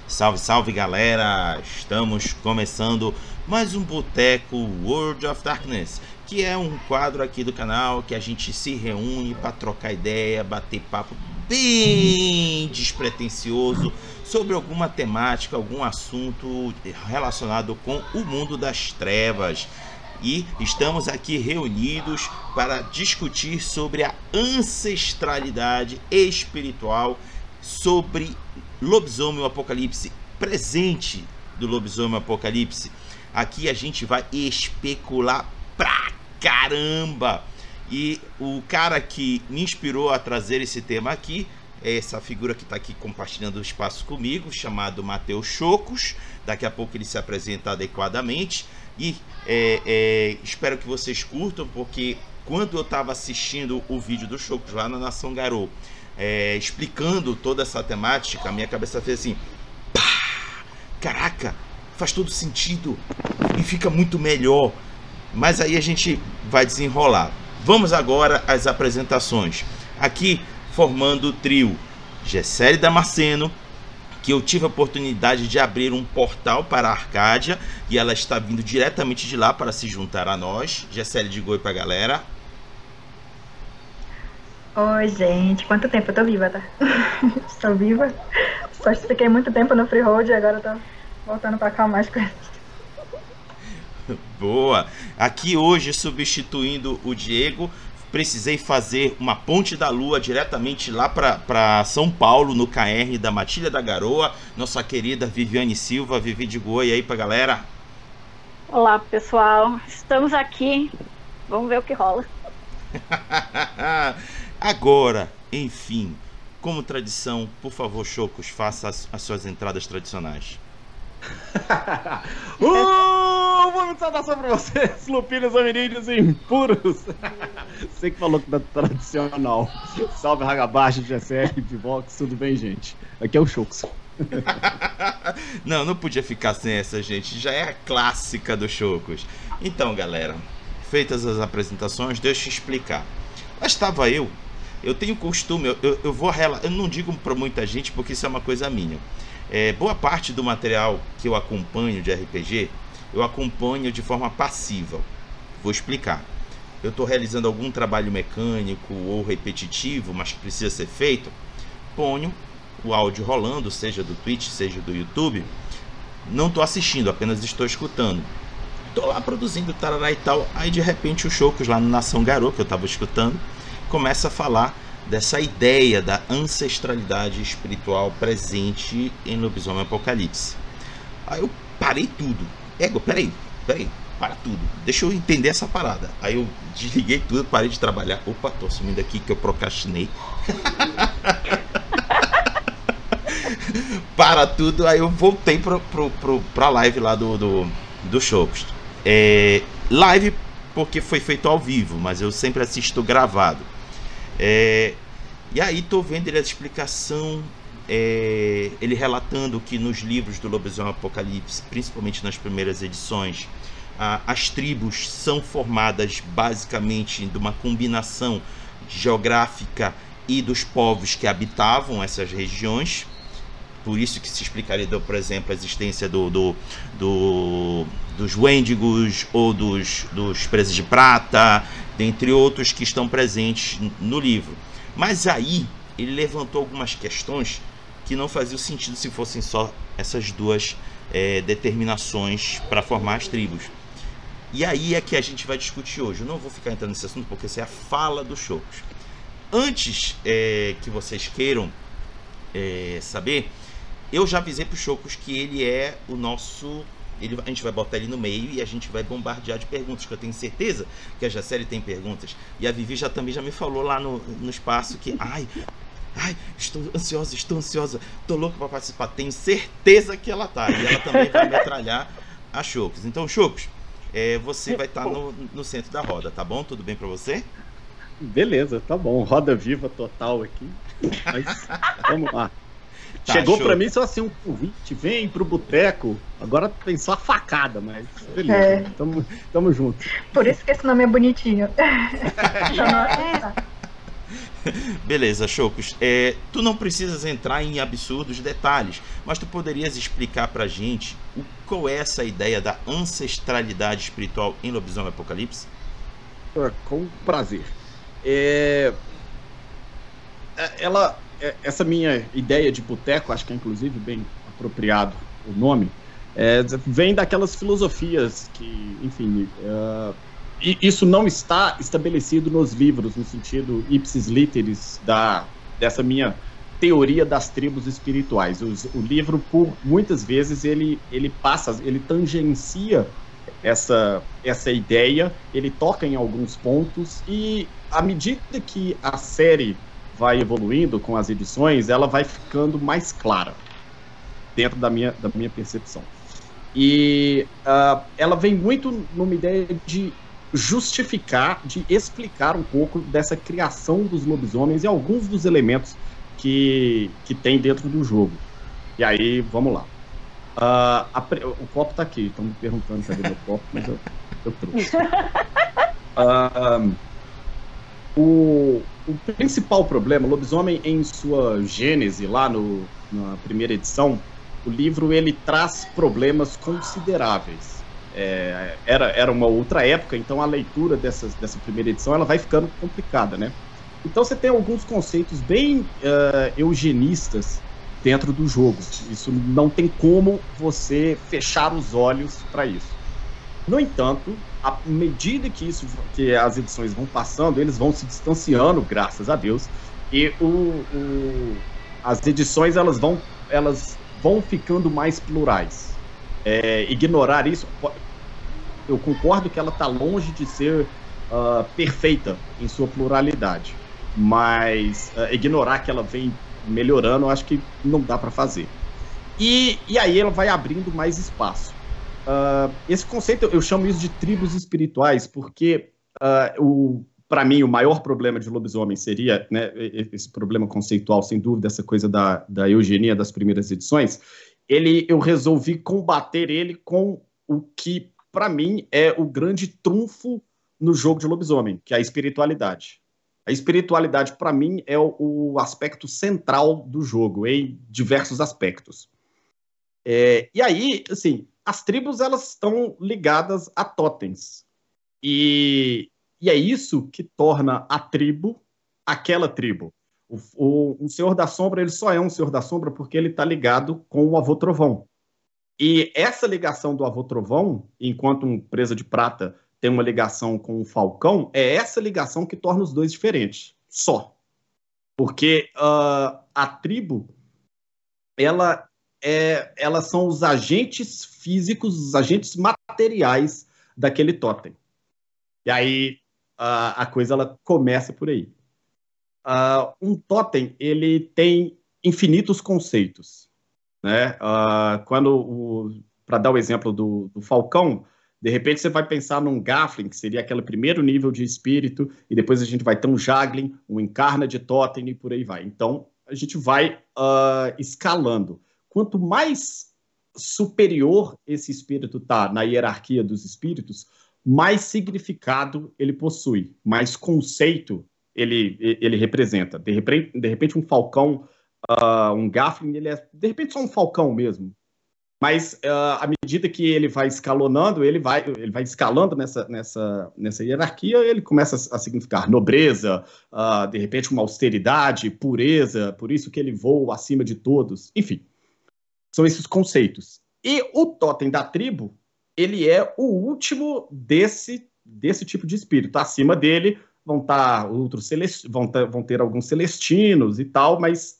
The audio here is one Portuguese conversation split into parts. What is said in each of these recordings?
Salve, salve galera! Estamos começando mais um Boteco World of Darkness, que é um quadro aqui do canal que a gente se reúne para trocar ideia, bater papo bem despretensioso sobre alguma temática, algum assunto relacionado com o mundo das trevas. E estamos aqui reunidos para discutir sobre a ancestralidade espiritual, sobre Lobisomem Apocalipse, presente do Lobisomem Apocalipse. Aqui a gente vai especular pra caramba. E o cara que me inspirou a trazer esse tema aqui é essa figura que está aqui compartilhando o espaço comigo, chamado Matheus Chocos. Daqui a pouco ele se apresenta adequadamente. E espero que vocês curtam, porque quando eu estava assistindo o vídeo do Chocos lá na Nação Garou, explicando toda essa temática, a minha cabeça fez assim: pá, caraca, faz todo sentido e fica muito melhor. Mas aí a gente vai desenrolar. Vamos agora às apresentações. Aqui formando o trio Gessele Damasceno, que eu tive a oportunidade de abrir um portal para a Arcádia e ela está vindo diretamente de lá para se juntar a nós. Gessele, diga oi pra galera. Oi, gente. Quanto tempo? Eu tô viva, tá? Estou viva. Só fiquei muito tempo no Freehold e agora tô voltando pra cá mais coisas. Boa. Aqui hoje, substituindo o Diego, precisei fazer uma ponte da lua diretamente lá para São Paulo, no KR da Matilha da Garoa. Nossa querida Viviane Silva. Vivi, diga oi aí pra galera. Olá, pessoal. Estamos aqui. Vamos ver o que rola. Agora, enfim, como tradição, por favor, Chocos, faça as suas entradas tradicionais. Vamos saudação pra vocês, lupinos, hominídeos e impuros. Você que falou que tá tradicional. Salve, Ragabaixo, Gessele, Pivox, tudo bem, gente? Aqui é o Chocos. Não podia ficar sem essa, gente. Já é a clássica do Chocos. Então, galera, feitas as apresentações, deixa eu explicar. Mas estava eu tenho costume, eu não digo para muita gente porque isso é uma coisa minha. Boa parte do material que eu acompanho de RPG, eu acompanho de forma passiva. Vou explicar. Eu estou realizando algum trabalho mecânico ou repetitivo, mas que precisa ser feito, ponho o áudio rolando, seja do Twitch, seja do YouTube. Não estou assistindo, apenas estou escutando. Estou lá produzindo tarará e tal. Aí de repente o Chocos lá no Nação Garou, que eu estava escutando, começa a falar dessa ideia da ancestralidade espiritual presente em Lobisomem Apocalipse. Aí eu parei tudo. Peraí, para tudo. Deixa eu entender essa parada. Aí eu desliguei tudo, parei de trabalhar. Opa, tô assumindo aqui que eu procrastinei. Para tudo, aí eu voltei pra live lá do Chocos. Live porque foi feito ao vivo, mas eu sempre assisto gravado. E aí tô vendo ele a explicação, ele relatando que nos livros do Lobisomem Apocalipse, principalmente nas primeiras edições, as tribos são formadas basicamente de uma combinação geográfica e dos povos que habitavam essas regiões. Por isso que se explicaria, por exemplo, a existência dos Wendigos ou dos Presas de Prata, dentre outros que estão presentes no livro. Mas aí ele levantou algumas questões que não faziam sentido se fossem só essas duas determinações para formar as tribos. E aí é que a gente vai discutir hoje. Eu não vou ficar entrando nesse assunto porque essa é a fala do Chocos. Antes que vocês queiram saber, eu já avisei pro Chocos que ele é o nosso... a gente vai botar ele no meio e a gente vai bombardear de perguntas, que eu tenho certeza que a Gessele tem perguntas. E a Vivi também já me falou lá no espaço que... Ai, estou ansiosa, tô louca para participar. Tenho certeza que ela tá. E ela também vai metralhar a Chocos. Então, Chocos, você vai estar no centro da roda, tá bom? Tudo bem para você? Beleza, tá bom. Roda viva total aqui. Mas vamos lá. Tá, chegou show. Pra mim só assim um convite, vem pro boteco. Agora tem só a facada, mas beleza, tamo junto. Por isso que esse nome é bonitinho. Beleza, Chocos. Tu não precisas entrar em absurdos detalhes, mas tu poderias explicar pra gente qual é essa ideia da ancestralidade espiritual em Lobisomem Apocalipse? Com prazer. É, essa minha ideia de boteco, acho que é inclusive bem apropriado o nome, vem daquelas filosofias que, enfim, isso não está estabelecido nos livros, no sentido ipsis literis dessa minha teoria das tribos espirituais. O livro, por muitas vezes, ele tangencia essa ideia, ele toca em alguns pontos, e à medida que a série vai evoluindo com as edições, ela vai ficando mais clara dentro da minha percepção. E ela vem muito numa ideia de justificar, de explicar um pouco dessa criação dos lobisomens e alguns dos elementos que tem dentro do jogo. E aí, vamos lá. O copo tá aqui, estão me perguntando cadê meu copo, mas eu trouxe. O principal problema, Lobisomem em sua gênese, lá na primeira edição, o livro ele traz problemas consideráveis. Era uma outra época, então a leitura dessa primeira edição ela vai ficando complicada, né? Então você tem alguns conceitos bem eugenistas dentro do jogo. Isso não tem como você fechar os olhos para isso. No entanto, à medida que as edições vão passando, eles vão se distanciando, graças a Deus, e as edições elas vão ficando mais plurais. Ignorar isso, eu concordo que ela está longe de ser perfeita em sua pluralidade, mas ignorar que ela vem melhorando, eu acho que não dá para fazer. E aí ela vai abrindo mais espaço. Esse conceito, eu chamo isso de tribos espirituais, porque para mim o maior problema de Lobisomem seria, né, esse problema conceitual, sem dúvida, essa coisa da eugenia das primeiras edições. Eu resolvi combater ele com o que, para mim, é o grande trunfo no jogo de Lobisomem, que é a espiritualidade. A espiritualidade, para mim, é o aspecto central do jogo, em diversos aspectos. E aí, assim, as tribos elas estão ligadas a totens. E é isso que torna a tribo aquela tribo. O Senhor da Sombra, ele só é um Senhor da Sombra porque ele está ligado com o Avô Trovão. E essa ligação do Avô Trovão, enquanto um Presa de Prata tem uma ligação com o Falcão, é essa ligação que torna os dois diferentes. Só. Porque a tribo, elas são os agentes físicos, os agentes materiais daquele totem. E aí a coisa ela começa por aí. Um totem, ele tem infinitos conceitos, né? Para dar o exemplo do Falcão, de repente você vai pensar num Gaflin, que seria aquele primeiro nível de espírito, e depois a gente vai ter um Jaglin, um Encarna de totem e por aí vai. Então a gente vai escalando. Quanto mais superior esse espírito está na hierarquia dos espíritos, mais significado ele possui, mais conceito ele representa. De repente um Falcão, um Gaflin, ele é de repente só um Falcão mesmo. Mas à medida que ele vai escalonando, ele vai escalando nessa hierarquia, ele começa a significar nobreza, de repente uma austeridade, pureza, por isso que ele voa acima de todos. Enfim, são esses conceitos. E o totem da tribo, ele é o último desse tipo de espírito. Acima dele vão estar outros vão ter alguns celestinos e tal, mas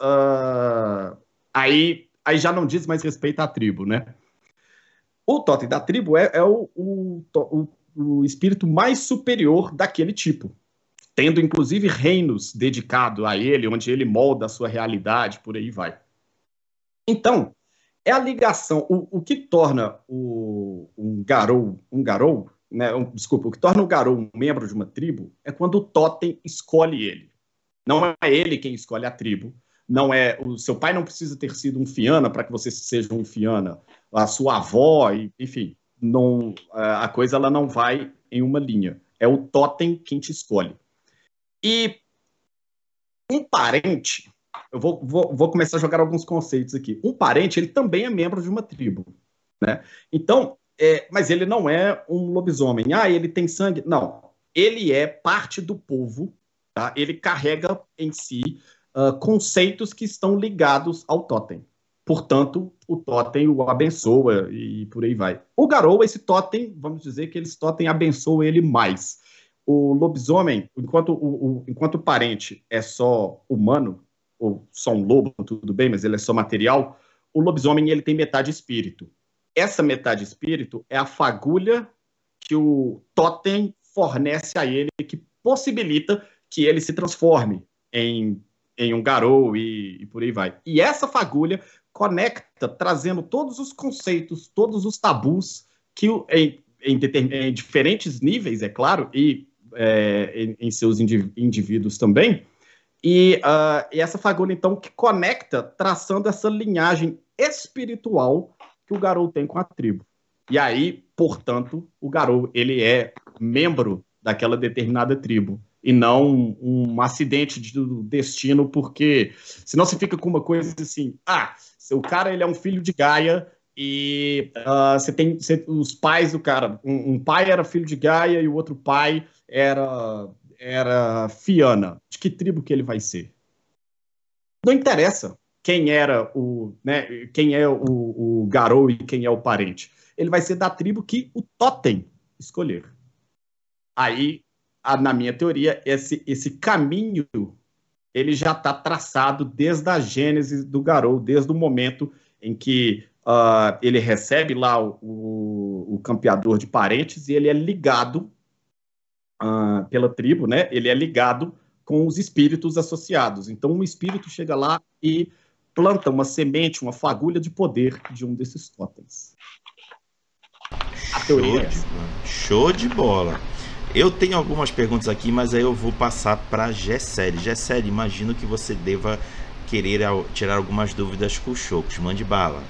aí já não diz mais respeito à tribo, né? O totem da tribo é o espírito mais superior daquele tipo, tendo inclusive reinos dedicados a ele, onde ele molda a sua realidade, por aí vai. Então, é a ligação, o que torna um Garou, né? O que torna o Garou um membro de uma tribo é quando o totem escolhe ele. Não é ele quem escolhe a tribo. Não é, o seu pai não precisa ter sido um Fiana para que você seja um Fiana. A sua avó, enfim, não, a coisa ela não vai em uma linha. É o totem quem te escolhe. E Um parente, eu vou começar a jogar alguns conceitos aqui. Um parente, ele também é membro de uma tribo, né? Então, mas ele não é um lobisomem. Ah, ele tem sangue. Não. Ele é parte do povo, tá? Ele carrega em si conceitos que estão ligados ao totem. Portanto, o totem o abençoa e por aí vai. O Garou, esse totem, vamos dizer que esse totem abençoa ele mais. O lobisomem, enquanto o parente é só humano, ou só um lobo, tudo bem, mas ele é só material, o lobisomem ele tem metade espírito. Essa metade espírito é a fagulha que o totem fornece a ele, que possibilita que ele se transforme em um Garou e por aí vai. E essa fagulha conecta, trazendo todos os conceitos, todos os tabus que em diferentes níveis, é claro, e em seus indivíduos também, e essa fagulha, então, que conecta, traçando essa linhagem espiritual que o Garou tem com a tribo. E aí, portanto, o Garou, ele é membro daquela determinada tribo, e não um acidente do destino, porque senão você fica com uma coisa assim, o cara ele é um filho de Gaia, e os pais do cara, um pai era filho de Gaia e o outro pai era Fiana. De que tribo que ele vai ser? Não interessa quem era quem é o Garou e quem é o parente. Ele vai ser da tribo que o totem escolher. Aí, na minha teoria, esse caminho ele já está traçado desde a gênese do Garou, desde o momento em que ele recebe lá o campeador de parentes e ele é ligado pela tribo, né? Ele é ligado com os espíritos associados. Então, um espírito chega lá e planta uma semente, uma fagulha de poder de um desses totens. A teoria é essa. Show de bola. Eu tenho algumas perguntas aqui, mas aí eu vou passar para Gessele. Gessele, imagino que você deva querer tirar algumas dúvidas com o Chocos. Mande bala.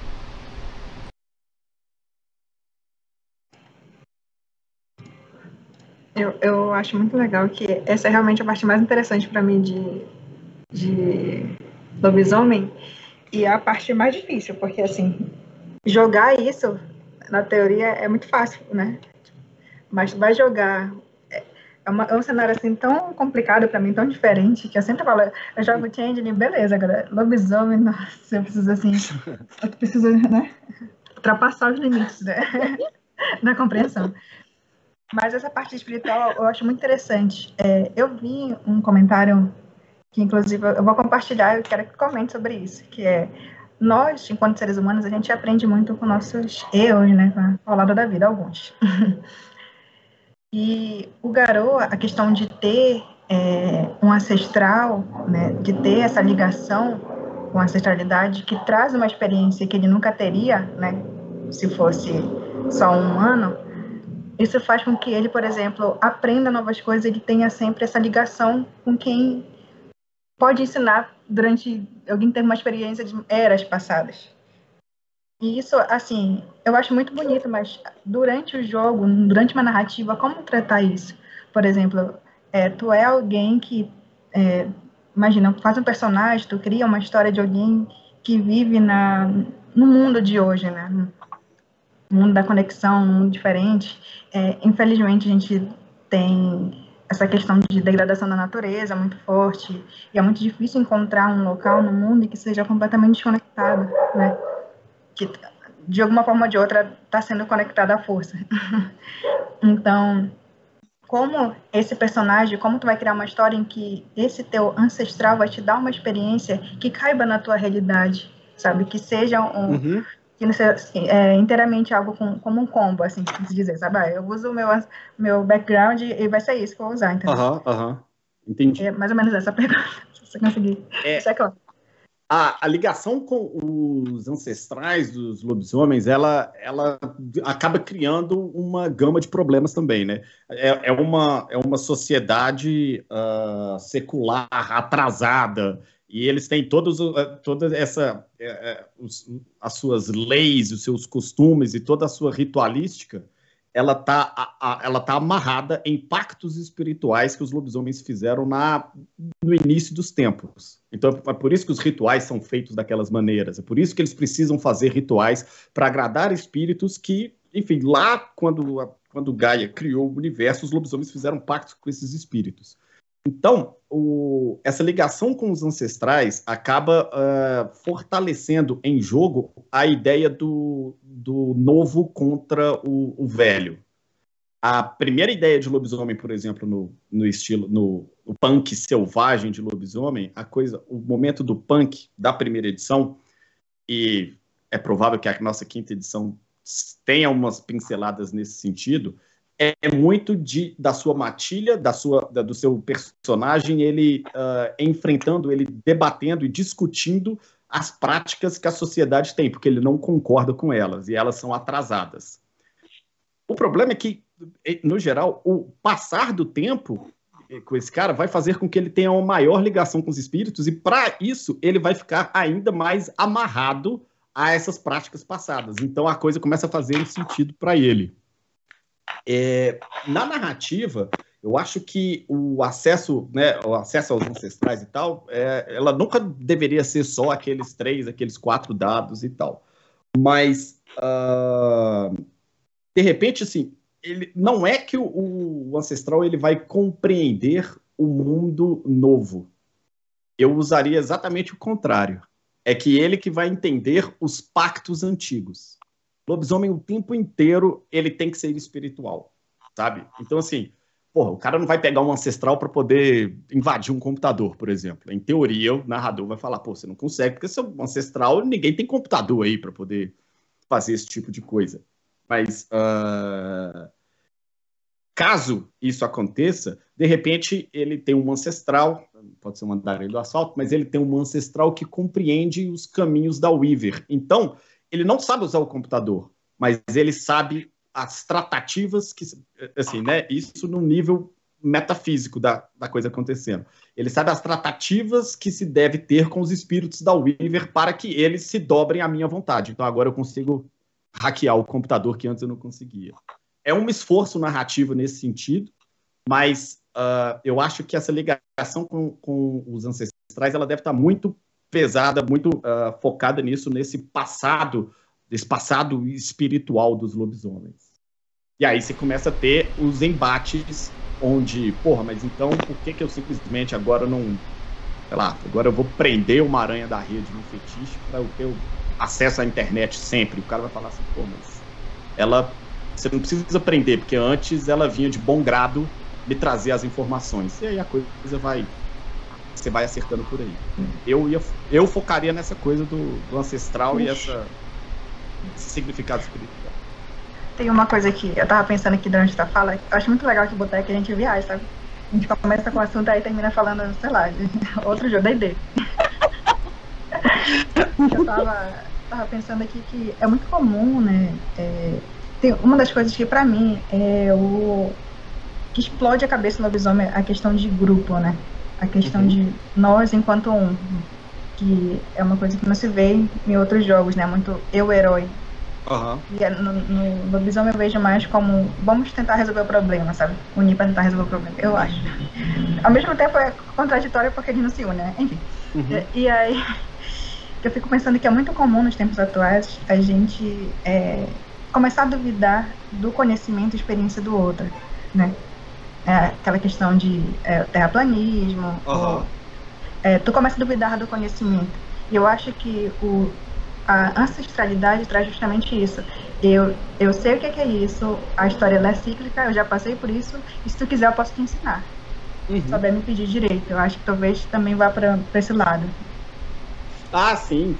Eu acho muito legal que essa é realmente a parte mais interessante para mim de lobisomem, e é a parte mais difícil, porque assim, jogar isso na teoria é muito fácil, né? Mas vai jogar é um cenário assim tão complicado para mim, tão diferente, que eu sempre falo, eu jogo Changeling, beleza, agora lobisomem, nossa, eu preciso, né, ultrapassar os limites, né, da compreensão. Mas essa parte espiritual eu acho muito interessante. Eu vi um comentário que, inclusive, eu vou compartilhar, eu quero que comente sobre isso, que nós, enquanto seres humanos, a gente aprende muito com nossos erros, né, ao lado da vida, alguns. E o Garou, a questão de ter um ancestral, né, de ter essa ligação com a ancestralidade, que traz uma experiência que ele nunca teria, né, se fosse só um humano, isso faz com que ele, por exemplo, aprenda novas coisas, ele tenha sempre essa ligação com quem pode ensinar durante alguém ter uma experiência de eras passadas. E isso, assim, eu acho muito bonito, mas durante o jogo, durante uma narrativa, como tratar isso? Por exemplo, tu é alguém que, imagina, faz um personagem, tu cria uma história de alguém que vive no mundo de hoje, né? No mundo da conexão, um mundo diferente. Infelizmente, a gente tem essa questão de degradação da natureza muito forte, e é muito difícil encontrar um local no mundo que seja completamente desconectado, né? Que de alguma forma ou de outra está sendo conectado à força. Então, como esse personagem, como tu vai criar uma história em que esse teu ancestral vai te dar uma experiência que caiba na tua realidade, sabe? Que seja que não seja inteiramente algo como um combo, assim, se dizer, sabe? Eu uso o meu background e vai ser isso que eu vou usar, entendeu? Entendi. É mais ou menos essa pergunta, se você conseguir. Isso é claro. A ligação com os ancestrais dos lobisomens, ela acaba criando uma gama de problemas também, né? É uma sociedade secular, atrasada, e eles têm toda as suas leis, os seus costumes e toda a sua ritualística ela tá amarrada em pactos espirituais que os lobisomens fizeram no início dos tempos. Então é por isso que os rituais são feitos daquelas maneiras, é por isso que eles precisam fazer rituais para agradar espíritos que, enfim, lá quando Gaia criou o universo, os lobisomens fizeram pactos com esses espíritos. Então, essa ligação com os ancestrais acaba fortalecendo em jogo a ideia do novo contra o velho. A primeira ideia de lobisomem, por exemplo, no punk selvagem de lobisomem, o momento do punk da primeira edição, e é provável que a nossa quinta edição tenha umas pinceladas nesse sentido, é muito da sua matilha, do seu personagem, ele enfrentando, ele debatendo e discutindo as práticas que a sociedade tem, porque ele não concorda com elas, e elas são atrasadas. O problema é que, no geral, o passar do tempo com esse cara vai fazer com que ele tenha uma maior ligação com os espíritos, e para isso ele vai ficar ainda mais amarrado a essas práticas passadas. Então a coisa começa a fazer um sentido para ele. Na narrativa, eu acho que o acesso aos ancestrais e tal, ela nunca deveria ser só aqueles 4 dados e tal. Mas, de repente, assim, não é que o ancestral ele vai compreender o mundo novo. Eu usaria exatamente o contrário. É que ele que vai entender os pactos antigos. Lobisomem, o tempo inteiro, ele tem que ser espiritual, sabe? Então, assim, o cara não vai pegar um ancestral para poder invadir um computador, por exemplo. Em teoria, o narrador vai falar, você não consegue, porque seu ancestral, ninguém tem computador aí para poder fazer esse tipo de coisa. Mas, caso isso aconteça, de repente, ele tem um ancestral, pode ser um andarilho do asfalto, mas ele tem um ancestral que compreende os caminhos da Weaver. Então, ele não sabe usar o computador, mas ele sabe as tratativas que, assim, né? Isso no nível metafísico da coisa acontecendo. Ele sabe as tratativas que se deve ter com os espíritos da Weaver para que eles se dobrem à minha vontade. Então agora eu consigo hackear o computador que antes eu não conseguia. É um esforço narrativo nesse sentido, mas eu acho que essa ligação com os ancestrais ela deve estar muito pesada, muito focada nesse passado espiritual dos lobisomens. E aí você começa a ter os embates onde, mas então por que eu simplesmente agora não, sei lá, agora eu vou prender uma aranha da rede no fetiche para eu ter acesso à internet sempre? O cara vai falar assim, mas você não precisa prender, porque antes ela vinha de bom grado me trazer as informações. E aí a coisa você vai acertando por aí. Eu focaria nessa coisa do ancestral e esse significado espiritual. Tem uma coisa que eu tava pensando aqui durante essa fala, eu acho muito legal que botar que a gente viaja, sabe? A gente começa com o assunto aí e termina falando, sei lá, de outro jogo, D&D. Eu tava pensando aqui que é muito comum, né? Tem uma das coisas que pra mim que explode a cabeça do lobisomem a questão de grupo, né? A questão de nós enquanto que é uma coisa que não se vê em outros jogos, né? Muito eu-herói. E no lobisomem eu vejo mais como vamos tentar resolver o problema, sabe? Unir pra tentar resolver o problema, eu acho. Ao mesmo tempo é contraditório porque eles não se unem, né? Enfim. E aí eu fico pensando que é muito comum nos tempos atuais a gente começar a duvidar do conhecimento e experiência do outro, né? Aquela questão de terraplanismo. Tu começa a duvidar do conhecimento. E eu acho que a ancestralidade traz justamente isso. Eu sei o que é isso, a história ela é cíclica, eu já passei por isso, e se tu quiser eu posso te ensinar. Saber me pedir direito. Eu acho que talvez também vá para esse lado. Sim.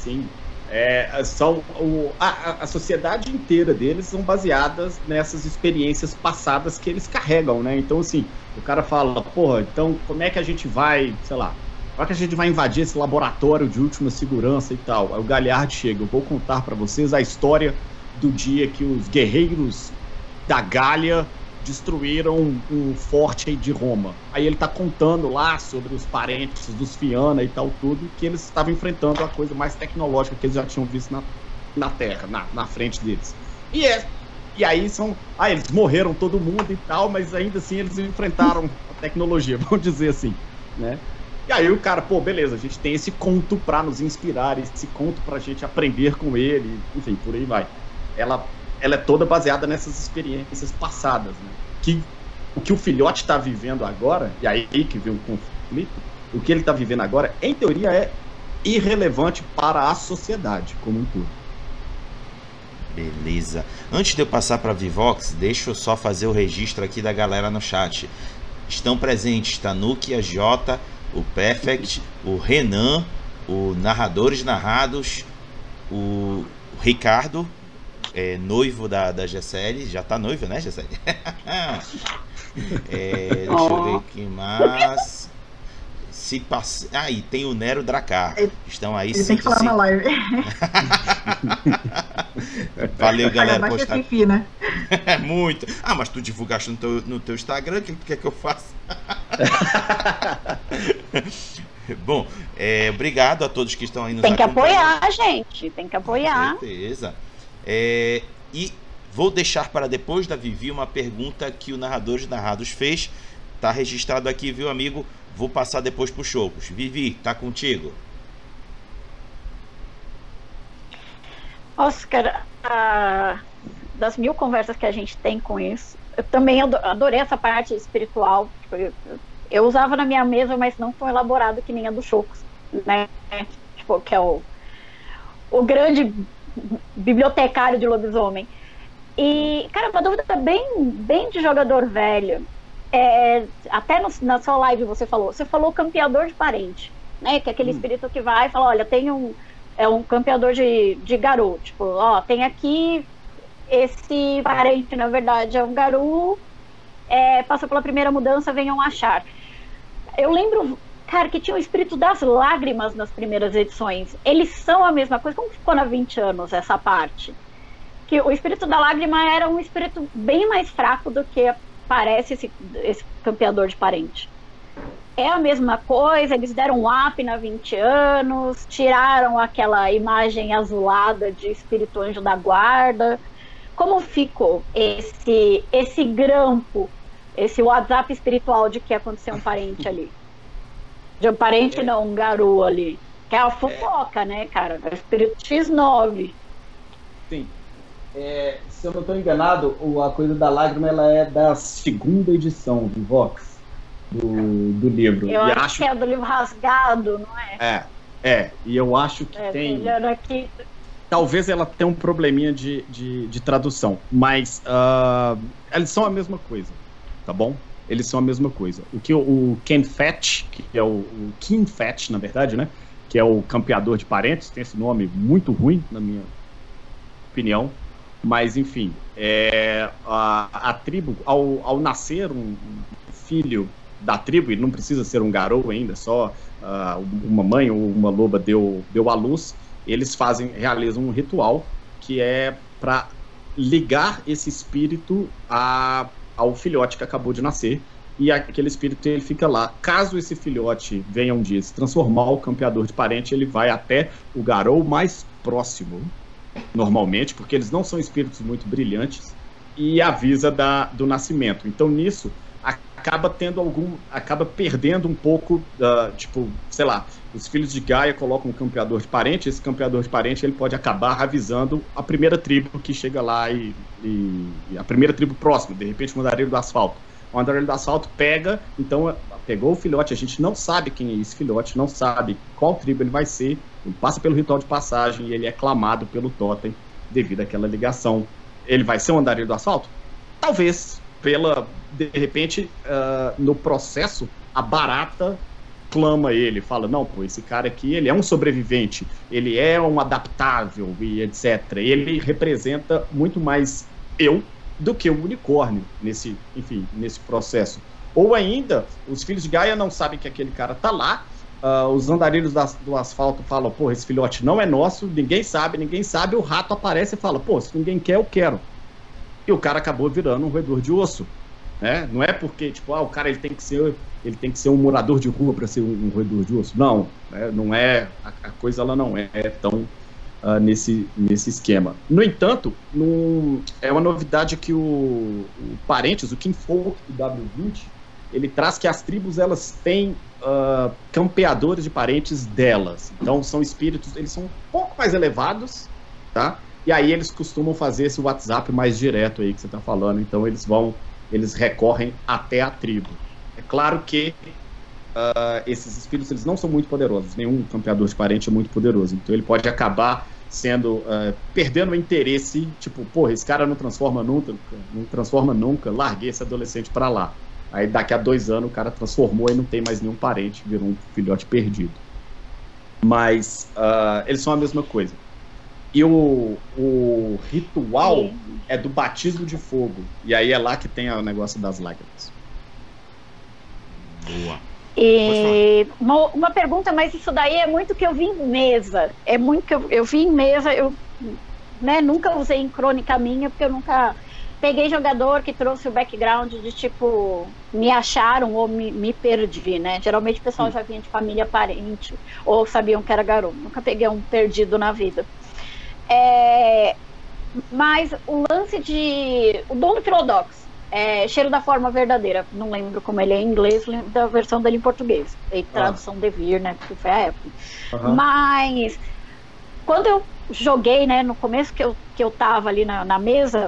A sociedade inteira deles são baseadas nessas experiências passadas que eles carregam, né? Então, assim, o cara fala, então como é que a gente vai, sei lá, como é que a gente vai invadir esse laboratório de última segurança e tal? Aí o Galliard chega, eu vou contar para vocês a história do dia que os guerreiros da Gália destruíram um forte de Roma. Aí ele tá contando lá sobre os parentes dos Fiana e tal, tudo, que eles estavam enfrentando a coisa mais tecnológica que eles já tinham visto na Terra, na frente deles. E E aí eles morreram todo mundo e tal, mas ainda assim eles enfrentaram a tecnologia, vamos dizer assim, né? E aí o cara, pô, beleza, a gente tem esse conto pra nos inspirar, esse conto pra gente aprender com ele, enfim, por aí vai. Ela é toda baseada nessas experiências passadas, né? O que o filhote tá vivendo agora, e aí que vem o conflito, o que ele tá vivendo agora, em teoria, é irrelevante para a sociedade como um todo. Beleza. Antes de eu passar para Vivox, deixa eu só fazer o registro aqui da galera no chat. Estão presentes Tanuki, a Jota, o Perfect, o Renan, o Narradores Narrados, o Ricardo, noivo da Gessele. Já tá noivo, né, Gessele? Deixa eu ver quem mais. E tem o Nero Dracar. Estão aí. Ele tem que falar na live. Valeu, galera. Postar... Fifi, né? Muito. Mas tu divulgaste no teu Instagram, o que tu quer que eu faça? Bom, obrigado a todos que estão aí nos acompanhando. Tem que apoiar, gente. Tem que apoiar. Com certeza. E vou deixar para depois da Vivi uma pergunta que o Narradores Narrados fez. Tá registrado aqui, viu, amigo? Vou passar depois pro Chocos. Vivi, tá contigo. Oscar, das 1000 conversas que a gente tem com isso, eu também adorei essa parte espiritual. Eu usava na minha mesa, mas não tão elaborado que nem a do Chocos, né? Tipo, que é o grande bibliotecário de lobisomem. E, cara, uma dúvida bem de jogador velho. Até na sua live você falou campeador de parente, né? Que é aquele espírito que vai e fala, olha, tem um campeador de Garou, tipo, ó, tem aqui esse parente, na verdade, é um Garou, passou pela primeira mudança, venham achar. Eu lembro, cara, que tinha o espírito das lágrimas nas primeiras edições. Eles são a mesma coisa. Como ficou na 20 anos essa parte? Que o espírito da lágrima era um espírito bem mais fraco do que parece esse campeador de parente. É a mesma coisa, eles deram um up na 20 anos, tiraram aquela imagem azulada de espírito anjo da guarda. Como ficou esse grampo, esse WhatsApp espiritual de que aconteceu um parente ali? De um parente não, um Garou ali. Que é a fofoca, né, cara? É o espírito X9. Sim. Se eu não estou enganado, a coisa da lágrima ela é da 2ª edição do Vox, do livro. Eu acho que é do livro rasgado, não é? E eu acho que tem... Aqui. Talvez ela tenha um probleminha de tradução, mas eles são a mesma coisa, tá bom? Eles são a mesma coisa. O que o Ken Fetch, que é o King Fetch, na verdade, né? Que é o campeador de parentes, tem esse nome muito ruim, na minha opinião. Mas, enfim, a tribo, ao nascer um filho da tribo, e não precisa ser um Garou ainda, só uma mãe ou uma loba deu à luz, eles realizam um ritual que é para ligar esse espírito ao filhote que acabou de nascer, e aquele espírito ele fica lá. Caso esse filhote venha um dia se transformar o campeador de parente, ele vai até o Garou mais próximo, normalmente, porque eles não são espíritos muito brilhantes, e avisa do nascimento. Então, nisso, acaba perdendo um pouco, tipo, sei lá, os filhos de Gaia colocam um campeador de parente, esse campeador de parente ele pode acabar avisando a primeira tribo que chega lá e a primeira tribo próxima, de repente o andarilho do asfalto. O andarilho do asfalto pegou o filhote, a gente não sabe quem é esse filhote, não sabe qual tribo ele vai ser, ele passa pelo ritual de passagem e ele é clamado pelo totem devido àquela ligação. Ele vai ser um andarilho do asfalto? Talvez, de repente, no processo, a barata clama ele, fala, não, pô, esse cara aqui, ele é um sobrevivente, ele é um adaptável e etc. Ele representa muito mais eu do que o unicórnio nesse processo. Ou ainda, os filhos de Gaia não sabem que aquele cara tá lá, os andarilhos do asfalto falam, pô, esse filhote não é nosso, ninguém sabe, o rato aparece e fala, pô, se ninguém quer, eu quero. E o cara acabou virando um roedor de osso, né? Não é porque, tipo, o cara ele tem que ser um morador de rua para ser um roedor de osso. Não, né? Não é, a coisa ela não é tão nesse esquema. No entanto, é uma novidade que o Parentes, o Kinfolk do W20, ele traz que as tribos elas têm campeadores de parentes delas. Então são espíritos, eles são um pouco mais elevados, tá? E aí eles costumam fazer esse WhatsApp mais direto aí que você está falando. Então eles recorrem até a tribo. É claro que esses espíritos eles não são muito poderosos. Nenhum campeador de parente é muito poderoso. Então ele pode acabar sendo perdendo o interesse, tipo, porra, esse cara não transforma nunca, larguei esse adolescente para lá. Aí daqui a 2 anos o cara transformou e não tem mais nenhum parente, virou um filhote perdido. Mas eles são a mesma coisa. E o ritual é do batismo de fogo. E aí é lá que tem o negócio das lágrimas. Boa. E uma pergunta, mas isso daí é muito que eu vi em mesa. É muito que eu vi em mesa, eu nunca usei em crônica minha, porque eu nunca peguei jogador que trouxe o background de tipo, me acharam ou me perdi, né? Geralmente o pessoal já vinha de família parente ou sabiam que era garoto. Nunca peguei um perdido na vida. Mas o lance o dom do Philodox, cheiro da forma verdadeira, não lembro como ele é em inglês, lembro da versão dele em português, e tradução Devir, né, porque foi a época. Mas quando eu joguei, né, no começo que eu tava ali na mesa,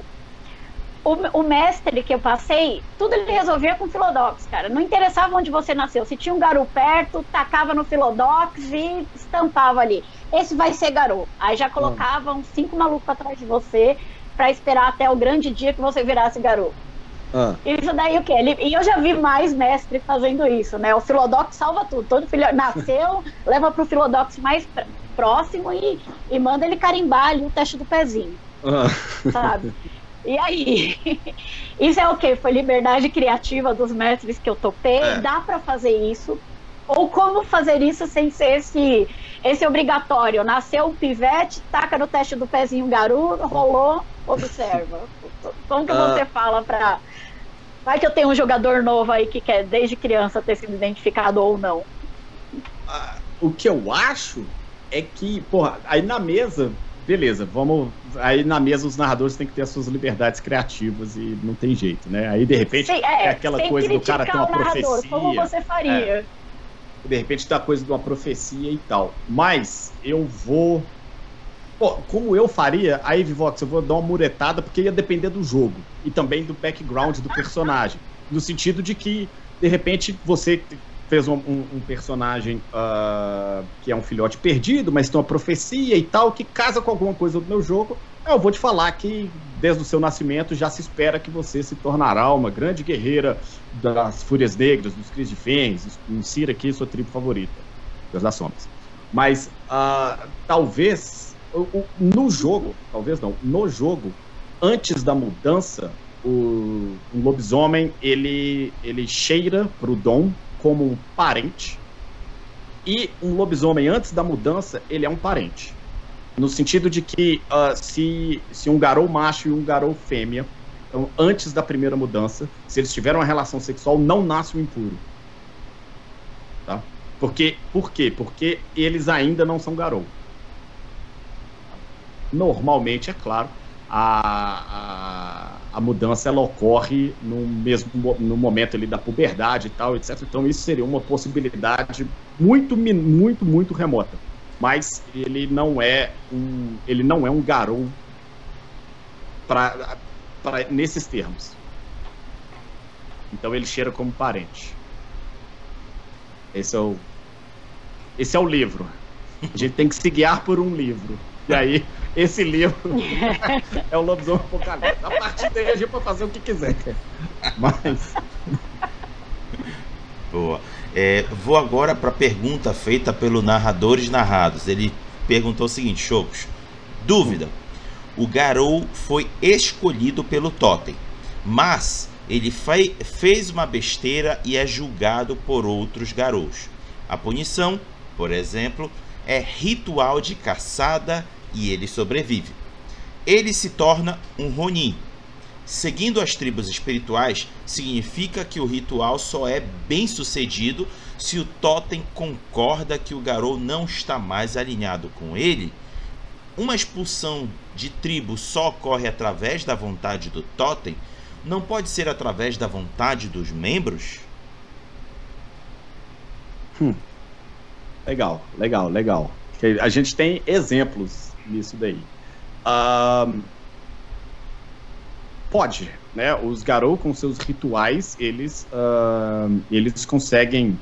o mestre que eu passei, tudo ele resolvia com Philodox, cara. Não interessava onde você nasceu. Se tinha um Garou perto, tacava no Philodox e estampava ali. Esse vai ser Garou. Aí já colocava uns 5 malucos atrás de você pra esperar até o grande dia que você virasse Garou. Isso daí o quê? E eu já vi mais mestre fazendo isso, né? O Philodox salva tudo. Todo filho nasceu, leva pro Philodox mais próximo e manda ele carimbar ali o teste do pezinho. Sabe? E aí, isso é o quê? Foi liberdade criativa dos mestres que eu topei? Dá pra fazer isso? Ou como fazer isso sem ser esse obrigatório? Nasceu um pivete, taca no teste do pezinho Garou, rolou, observa. Como que você fala pra... Vai que eu tenho um jogador novo aí que quer desde criança ter sido identificado ou não. O que eu acho é que, porra, aí na mesa... Beleza, vamos... Aí na mesa os narradores têm que ter as suas liberdades criativas e não tem jeito, né? Aí de repente é aquela coisa do cara ter uma profecia. Como você faria? De repente tem a coisa de uma profecia e tal. Mas eu vou... Pô, como eu faria, aí Vivox, eu vou dar uma muretada porque ia depender do jogo. E também do background do personagem. No sentido de que, de repente, você... fez um personagem que é um filhote perdido, mas tem uma profecia e tal, que casa com alguma coisa do meu jogo. Eu vou te falar que desde o seu nascimento já se espera que você se tornará uma grande guerreira das Fúrias Negras, dos Cris de Fens, insira aqui sua tribo favorita, Deus das Sombras. Mas talvez no jogo, antes da mudança, um lobisomem ele cheira pro Dom como parente, e um lobisomem antes da mudança ele é um parente, no sentido de que se um Garou macho e um Garou fêmea, então, antes da primeira mudança, se eles tiveram uma relação sexual, não nasce um impuro, tá? Por quê? Porque eles ainda não são Garou. Normalmente, é claro, a mudança ela ocorre no momento ali da puberdade e tal, etc. Então isso seria uma possibilidade muito, muito, muito remota. Mas ele não é um Garou nesses termos. Então ele cheira como parente. Esse é o livro. A gente tem que se guiar por um livro. E aí, esse livro é o Lobisomem Apocalipse. A partir daí a gente pode fazer o que quiser. Mas... Boa. Vou agora para a pergunta feita pelo Narradores Narrados. Ele perguntou o seguinte, Chocos. Dúvida. O Garou foi escolhido pelo Totem, mas ele fez uma besteira e é julgado por outros Garous. A punição, por exemplo, é ritual de caçada e ele sobrevive. Ele se torna um Ronin. Seguindo as tribos espirituais, significa que o ritual só é bem sucedido se o Totem concorda que o Garou não está mais alinhado com ele. uma expulsão de tribo só ocorre através da vontade do totem? Não pode ser através da vontade dos membros? Legal. A gente tem exemplos nisso daí. Pode, né? Os Garou, com seus rituais, eles conseguem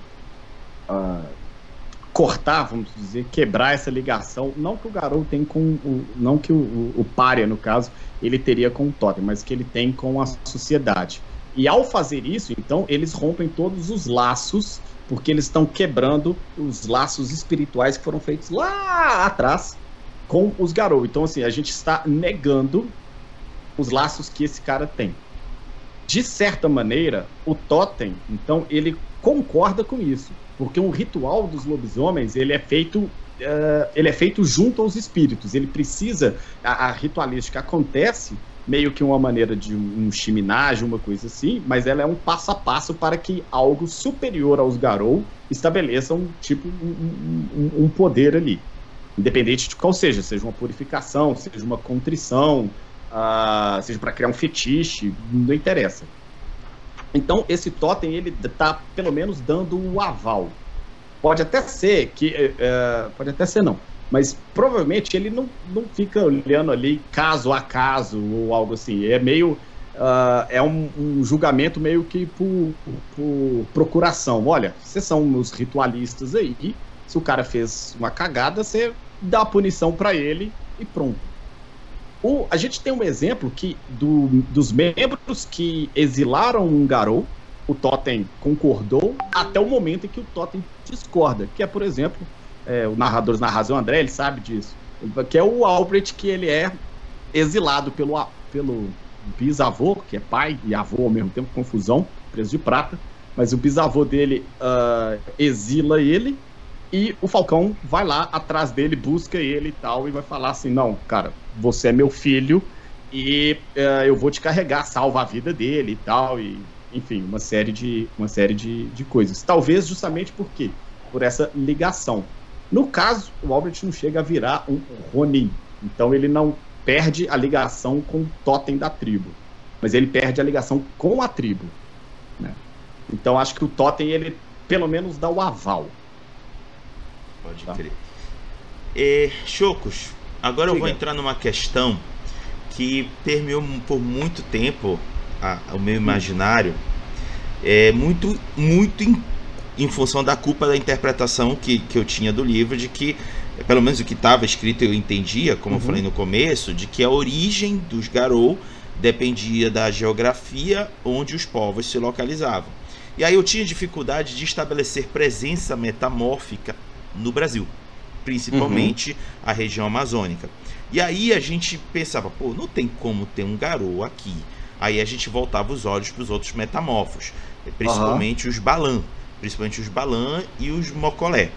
cortar, vamos dizer, quebrar essa ligação. Não que o Garou tem com não que o Pária, no caso, ele teria com o Totem, mas que ele tem com a sociedade. E ao fazer isso, então, eles rompem todos os laços, porque eles estão quebrando os laços espirituais que foram feitos lá atrás com os Garou. Então, assim, a gente está negando os laços que esse cara tem. De certa maneira, o Totem, então, ele concorda com isso, porque um ritual dos lobisomens, ele é feito junto aos espíritos. Ele precisa, a ritualística acontece meio que uma maneira de um chiminagem, uma coisa assim, mas ela é um passo a passo para que algo superior aos Garou estabeleça um poder ali, independente de qual seja uma purificação, seja uma contrição, seja para criar um fetiche, não interessa. Então esse totem, ele está pelo menos dando o aval. Pode até ser não, mas provavelmente ele não fica olhando ali caso a caso ou algo assim. É meio um julgamento meio que por procuração. Olha, vocês são os ritualistas aí, se o cara fez uma cagada, você dá a punição para ele e pronto. A gente tem um exemplo dos membros que exilaram um Garou, o Totem concordou até o momento em que o Totem discorda, que é, por exemplo, o narrador na razão, André, ele sabe disso, que é o Albrecht, que ele é exilado pelo bisavô, que é pai e avô ao mesmo tempo, confusão, preso de prata, mas o bisavô dele exila ele, e o Falcão vai lá atrás dele, busca ele e tal, e vai falar assim, não, cara, você é meu filho e eu vou te carregar, salva a vida dele e tal, e enfim, uma série de coisas. Talvez justamente por essa ligação. No caso, o Albrecht não chega a virar um Ronin, então ele não perde a ligação com o totem da tribo, mas ele perde a ligação com a tribo, né? Então acho que o totem, ele pelo menos dá o aval. Pode crer. Chocos, agora eu vou entrar numa questão que permeou por muito tempo o meu imaginário, muito em função da culpa da interpretação que eu tinha do livro, de que, pelo menos o que estava escrito eu entendia, como eu falei no começo, de que a origem dos Garou dependia da geografia onde os povos se localizavam. E aí eu tinha dificuldade de estabelecer presença metamórfica no Brasil, principalmente a região amazônica. E aí a gente pensava, não tem como ter um Garou aqui. Aí a gente voltava os olhos para os outros metamorfos, principalmente os Balan e os Mocolé.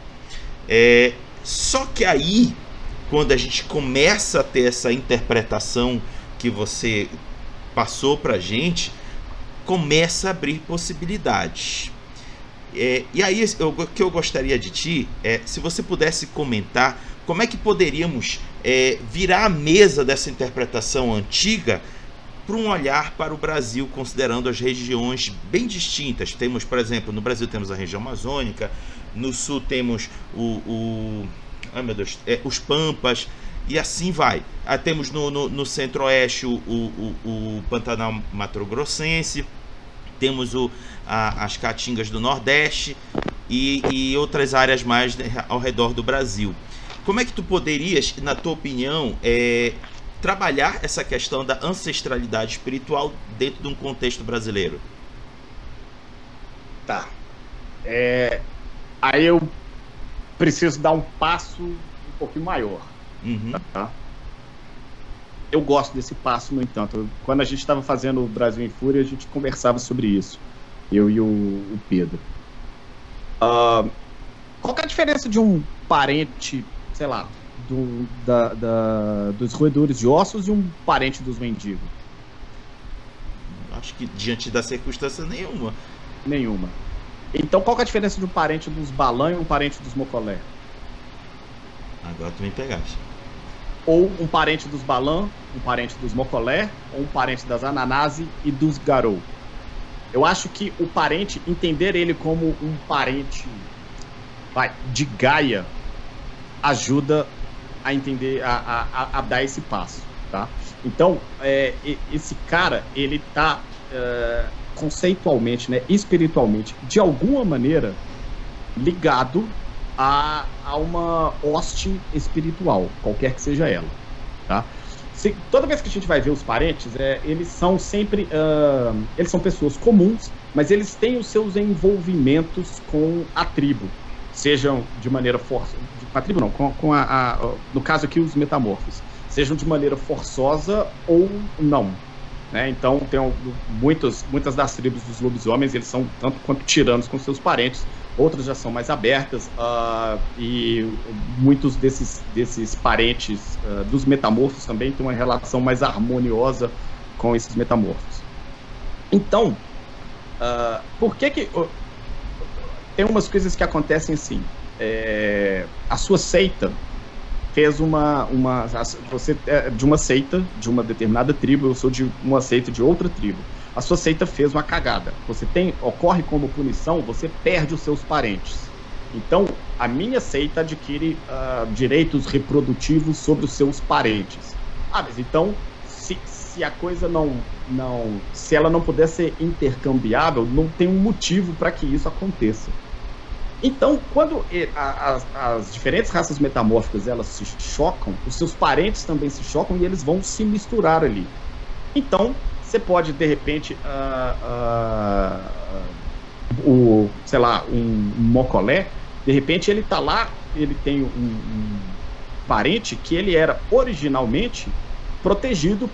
Só que aí, quando a gente começa a ter essa interpretação que você passou para a gente, começa a abrir possibilidades. E aí o que eu gostaria de ti se você pudesse comentar como é que poderíamos virar a mesa dessa interpretação antiga para um olhar para o Brasil, considerando as regiões bem distintas. Temos, por exemplo, no Brasil temos a região amazônica, no sul temos os Pampas, e assim vai. Temos no centro-oeste o Pantanal Mato-Grossense, temos as Caatingas do Nordeste e outras áreas mais ao redor do Brasil. Como é que tu poderias, na tua opinião, trabalhar essa questão da ancestralidade espiritual dentro de um contexto brasileiro? Tá. Aí eu preciso dar um passo um pouquinho maior. Tá? Eu gosto desse passo, no entanto. Quando a gente estava fazendo o Brasil em Fúria, a gente conversava sobre isso. Eu e o Pedro. Qual que é a diferença de um parente, sei lá, dos roedores de ossos e um parente dos mendigos? Acho que diante da circunstância nenhuma. Então qual que é a diferença de um parente dos Balan e um parente dos Mocolé? Agora tu me pegaste. ou um parente dos Balan, um parente dos Mocolé, ou um parente das Ananasi e dos Garou. Eu acho que o parente, entender ele como um parente de Gaia, ajuda a entender, a dar esse passo, tá? Então, esse cara, ele tá conceitualmente, né, espiritualmente, de alguma maneira, ligado a uma hoste espiritual, qualquer que seja ela, tá? Toda vez que a gente vai ver os parentes, eles são sempre, eles são pessoas comuns, mas eles têm os seus envolvimentos com a tribo, sejam de maneira forçosa, com a tribo não, no caso aqui os metamorfos, sejam de maneira forçosa ou não, né? Então tem muitas das tribos dos lobisomens, eles são tanto quanto tiranos com seus parentes, outras já são mais abertas, e muitos desses parentes dos metamorfos também têm uma relação mais harmoniosa com esses metamorfos. Então, por que tem umas coisas que acontecem assim? A sua seita fez você é de uma seita, de uma determinada tribo, eu sou de uma seita de outra tribo. A sua seita fez uma cagada. Ocorre como punição, você perde os seus parentes. Então, a minha seita adquire direitos reprodutivos sobre os seus parentes. Mas então, se a coisa se ela não puder ser intercambiável, não tem um motivo para que isso aconteça. Então, quando as diferentes raças metamórficas elas se chocam, os seus parentes também se chocam e eles vão se misturar ali. Então, você pode, de repente, um Mocolé, de repente ele tá lá, ele tem um parente que ele era originalmente protegido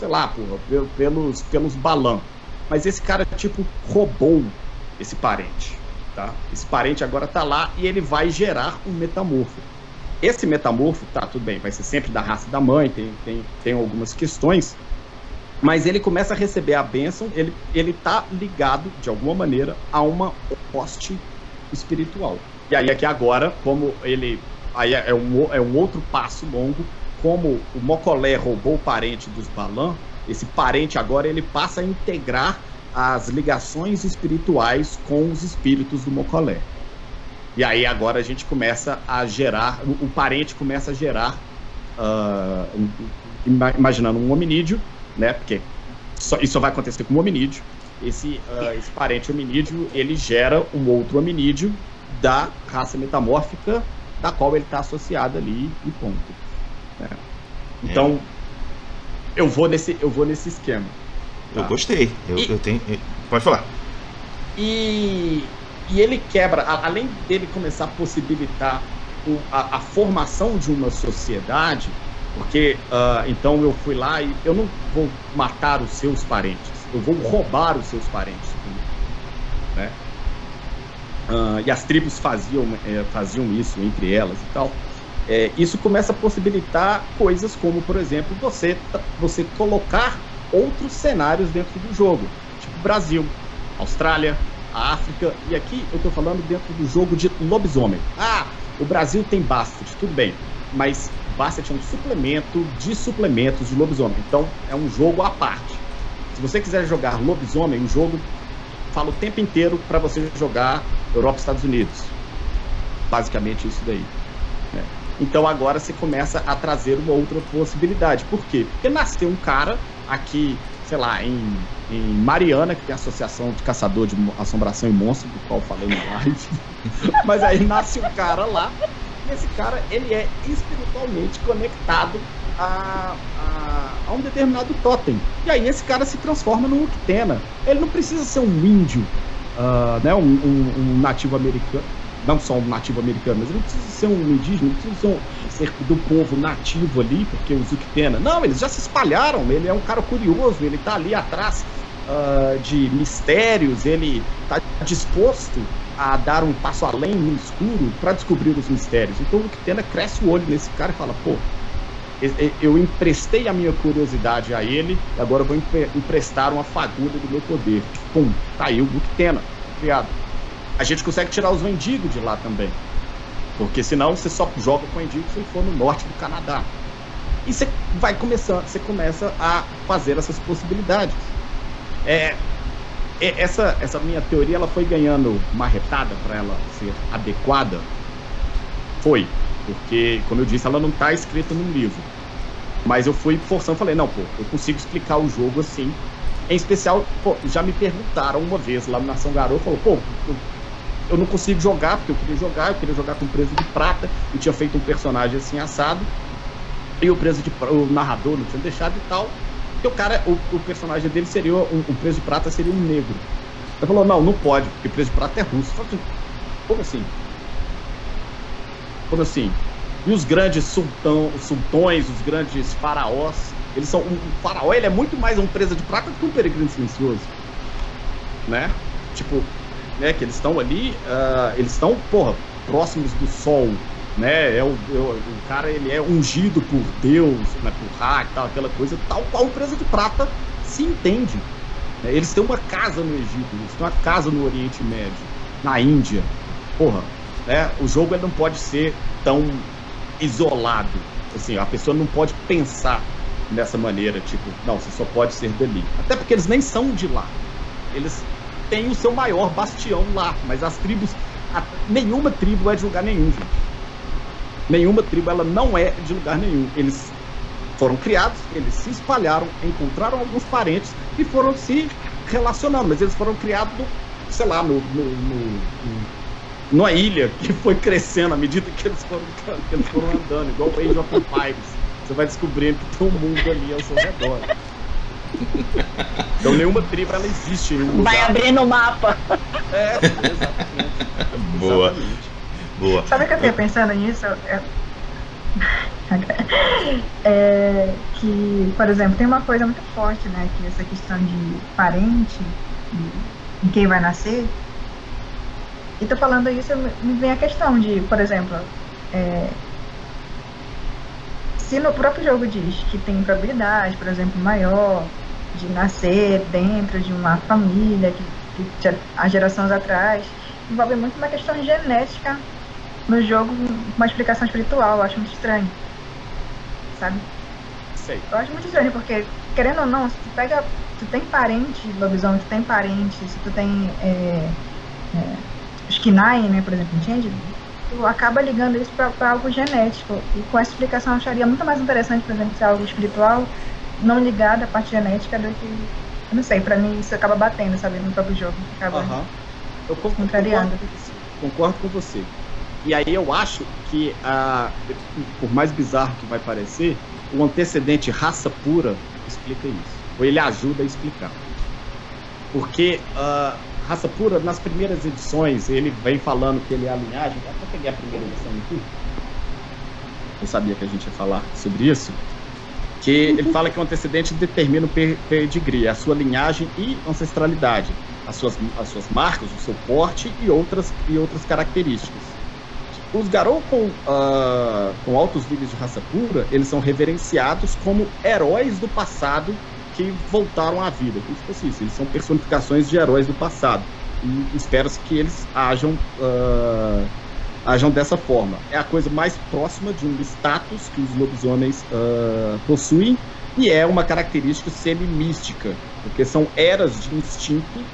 pelos Balan. Mas esse cara, roubou esse parente, tá? Esse parente agora tá lá e ele vai gerar um metamorfo. Esse metamorfo, tá, tudo bem, vai ser sempre da raça da mãe, tem algumas questões, mas ele começa a receber a bênção, ele tá ligado, de alguma maneira, a uma hoste espiritual. E aí aqui agora, como ele... Aí é um outro passo longo, como o Mocolé roubou o parente dos Balan, esse parente agora ele passa a integrar as ligações espirituais com os espíritos do Mocolé. E aí agora a gente começa a gerar... O parente começa a gerar... imaginando um hominídeo, né? Porque isso só vai acontecer com um hominídeo. Esse parente hominídeo, ele gera um outro hominídeo da raça metamórfica da qual ele está associado ali e ponto. Então, eu vou nesse esquema. Tá? Eu gostei. Eu tenho... Pode falar. E ele quebra, além dele começar a possibilitar a formação de uma sociedade, porque então eu fui lá e eu não vou matar os seus parentes, eu vou roubar os seus parentes, né? E as tribos faziam isso entre elas e tal. Isso começa a possibilitar coisas como, por exemplo, você colocar outros cenários dentro do jogo, tipo Brasil, Austrália, a África, e aqui eu tô falando dentro do jogo de lobisomem. O Brasil tem Bastet, tudo bem, mas Bastet é um suplemento de suplementos de lobisomem, então é um jogo à parte. Se você quiser jogar lobisomem, o jogo fala o tempo inteiro para você jogar Europa e Estados Unidos, basicamente isso daí, né? Então agora você começa a trazer uma outra possibilidade. Por quê? Porque nasceu um cara aqui, sei lá, em Mariana, que tem a Associação de Caçador de Assombração e Monstro, do qual eu falei no live. Mas aí nasce um cara lá, e esse cara, ele é espiritualmente conectado a um determinado totem. E aí esse cara se transforma num Uktena. Ele não precisa ser um índio, né, um nativo americano. Não só um nativo americano, mas ele não precisa ser um indígena, não precisa ser do povo nativo ali, porque os Uktena. Não, eles já se espalharam, ele é um cara curioso, ele tá ali atrás de mistérios, ele tá disposto a dar um passo além no escuro para descobrir os mistérios. Então o Uktena cresce o olho nesse cara e fala, pô, eu emprestei a minha curiosidade a ele, e agora eu vou emprestar uma fagulha do meu poder. Pum, tá aí o Uktena, obrigado. A gente consegue tirar os Wendigo de lá também, porque senão você só joga com Wendigo se ele for no norte do Canadá. E você começa a fazer essas possibilidades. Essa minha teoria, ela foi ganhando marretada para ela ser adequada. Foi, porque, como eu disse, ela não está escrita num livro. Mas eu fui forçando, falei, não, eu consigo explicar o jogo assim. Em especial, já me perguntaram uma vez lá na Nação Garou, falou, eu não consigo jogar, porque eu queria jogar com Preso de Prata, eu tinha feito um personagem assim assado, e o narrador não tinha deixado e tal, e o cara, o personagem dele seria, o Preso de Prata seria um negro. Ele falou, não pode, porque Preso de Prata é russo. Eu falei, como assim? Como assim? E os grandes sultões, os grandes faraós, eles são, um faraó, ele é muito mais um Presa de Prata do que um peregrino silencioso, né? Tipo, né, que eles estão ali, eles estão, próximos do sol, né? O cara, ele é ungido por Deus, né, por Ra e tal, aquela coisa, tal qual o Presa de Prata se entende. Né? Eles têm uma casa no Egito, eles têm uma casa no Oriente Médio, na Índia. Né? O jogo, ele não pode ser tão isolado, assim, a pessoa não pode pensar dessa maneira, tipo, não, você só pode ser dali. Até porque eles nem são de lá. Eles têm o seu maior bastião lá, mas as tribos, nenhuma tribo é de lugar nenhum, gente. Nenhuma tribo, ela não é de lugar nenhum. Eles foram criados, eles se espalharam, encontraram alguns parentes e foram se relacionando, mas eles foram criados, sei lá, numa ilha que foi crescendo à medida que eles foram andando, igual o Age of Empires. Você vai descobrindo que tem um mundo ali ao seu redor. Então nenhuma tribo, ela existe em um lugar. Vai abrindo o mapa. Exatamente. Boa. Exatamente. Boa. Sabe o que eu fiquei pensando nisso? Que, por exemplo, tem uma coisa muito forte, né? Que essa questão de parente, em quem vai nascer. E tô falando isso, me vem a questão de, por exemplo, se no próprio jogo diz que tem probabilidade, por exemplo, maior de nascer dentro de uma família que há gerações atrás, envolve muito uma questão genética no jogo, uma explicação espiritual. Eu acho muito estranho, sabe? Sei. Eu acho muito estranho, porque, querendo ou não, se tu tem parente lobisomem, tu tem parente, se tu tem os Kinai, né, por exemplo, entende? Tu acaba ligando isso para algo genético, e com essa explicação eu acharia muito mais interessante, por exemplo, ser algo espiritual, não ligado à parte genética, do que, eu não sei, para mim isso acaba batendo, sabe, no próprio jogo, acaba Eu contrariando. Concordo com você. E aí eu acho que, por mais bizarro que vai parecer, o antecedente raça pura explica isso, ou ele ajuda a explicar. Porque raça pura, nas primeiras edições, ele vem falando que ele é a linhagem. Até peguei a primeira edição aqui. Eu sabia que a gente ia falar sobre isso. Que ele fala que o antecedente determina o pedigree, a sua linhagem e ancestralidade, as suas marcas, o seu porte e outras características. Os Garou com altos níveis de raça pura, eles são reverenciados como heróis do passado que voltaram à vida. Tipo assim, eles são personificações de heróis do passado. E espero-se que eles ajam dessa forma. É a coisa mais próxima de um status que os lobisomens possuem, e é uma característica semi-mística, porque são eras de instinto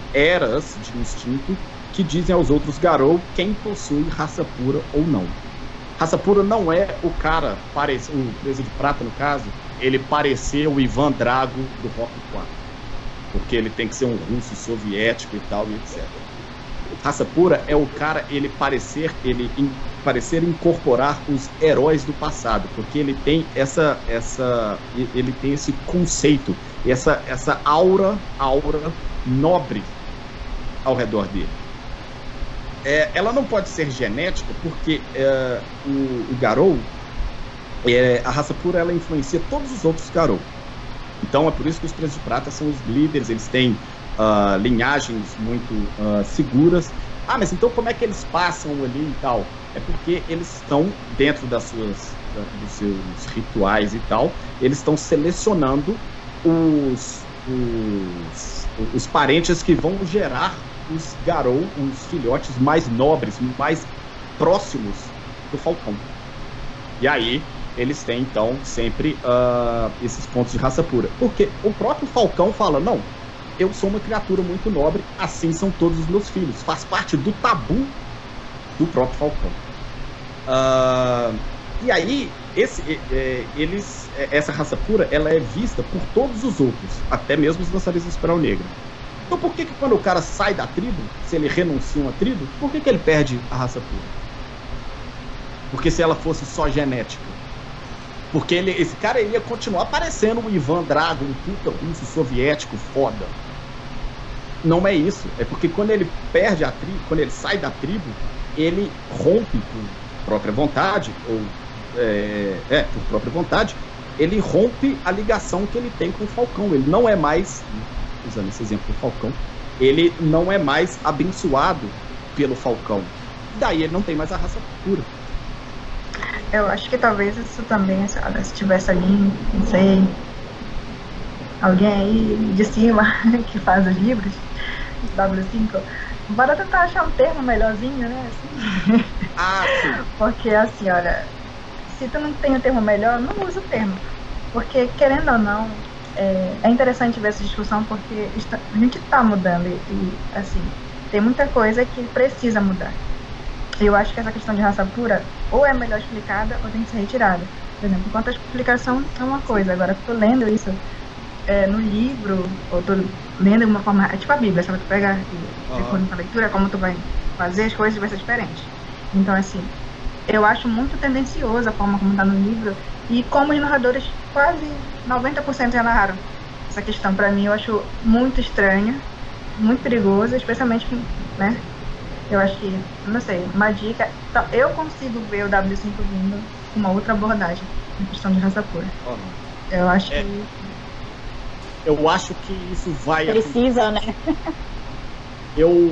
que dizem aos outros Garou quem possui raça pura ou não. Raça pura não é o cara, o Preso de Prata no caso, ele parecer o Ivan Drago do Rock 4, porque ele tem que ser um russo soviético e tal, e etc. Raça pura é o cara, ele parecer incorporar os heróis do passado, porque ele tem ele tem esse conceito, essa aura nobre ao redor dele. Ela não pode ser genética, porque o Garou, a raça pura, ela influencia todos os outros Garou. Então é por isso que os Presos de Prata são os líderes, eles têm linhagens muito seguras. Mas então como é que eles passam ali e tal? É porque eles estão dentro dos seus rituais e tal, eles estão selecionando os parentes que vão gerar os Garou, os filhotes mais nobres, mais próximos do Falcão. E aí eles têm, então, sempre esses pontos de raça pura. Porque o próprio Falcão fala, não, eu sou uma criatura muito nobre, assim são todos os meus filhos. Faz parte do tabu do próprio Falcão. E aí, essa raça pura, ela é vista por todos os outros, até mesmo os dançarinos do Espiral Negra. Então por que quando o cara sai da tribo, se ele renuncia a uma tribo, por que ele perde a raça pura? Porque se ela fosse só genética. Porque esse cara ia continuar parecendo o Ivan Drago, um puta russo soviético foda. Não é isso. É porque quando ele perde a tribo, quando ele sai da tribo, ele rompe por própria vontade, ou por própria vontade, ele rompe a ligação que ele tem com o Falcão. Ele não é mais, usando esse exemplo do Falcão, ele não é mais abençoado pelo Falcão. Daí ele não tem mais a raça pura. Eu acho que talvez isso também, se tivesse alguém, não sei, alguém aí de cima que faz os livros, W5, bora tentar achar um termo melhorzinho, né? Assim. Sim. Porque assim, olha, se tu não tem um termo melhor, não usa o termo. Porque, querendo ou não, é interessante ver essa discussão, porque a gente está mudando e, assim, tem muita coisa que precisa mudar. Eu acho que essa questão de raça pura ou é melhor explicada ou tem que ser retirada. Por exemplo, enquanto a explicação é uma coisa, agora eu tô lendo isso no livro, ou tô lendo de uma forma, é tipo a Bíblia, sabe? Tu pega e de acordo com a leitura, como tu vai fazer as coisas vai ser diferente. Então, assim, eu acho muito tendenciosa a forma como tá no livro e como os narradores, quase 90% já narraram essa questão. Pra mim, eu acho muito estranha, muito perigosa, especialmente, né? Eu acho que, não sei, uma dica, eu consigo ver o W5 vindo com uma outra abordagem na questão de raça pura. Eu acho que... Eu acho que isso vai... Precisa, né? Eu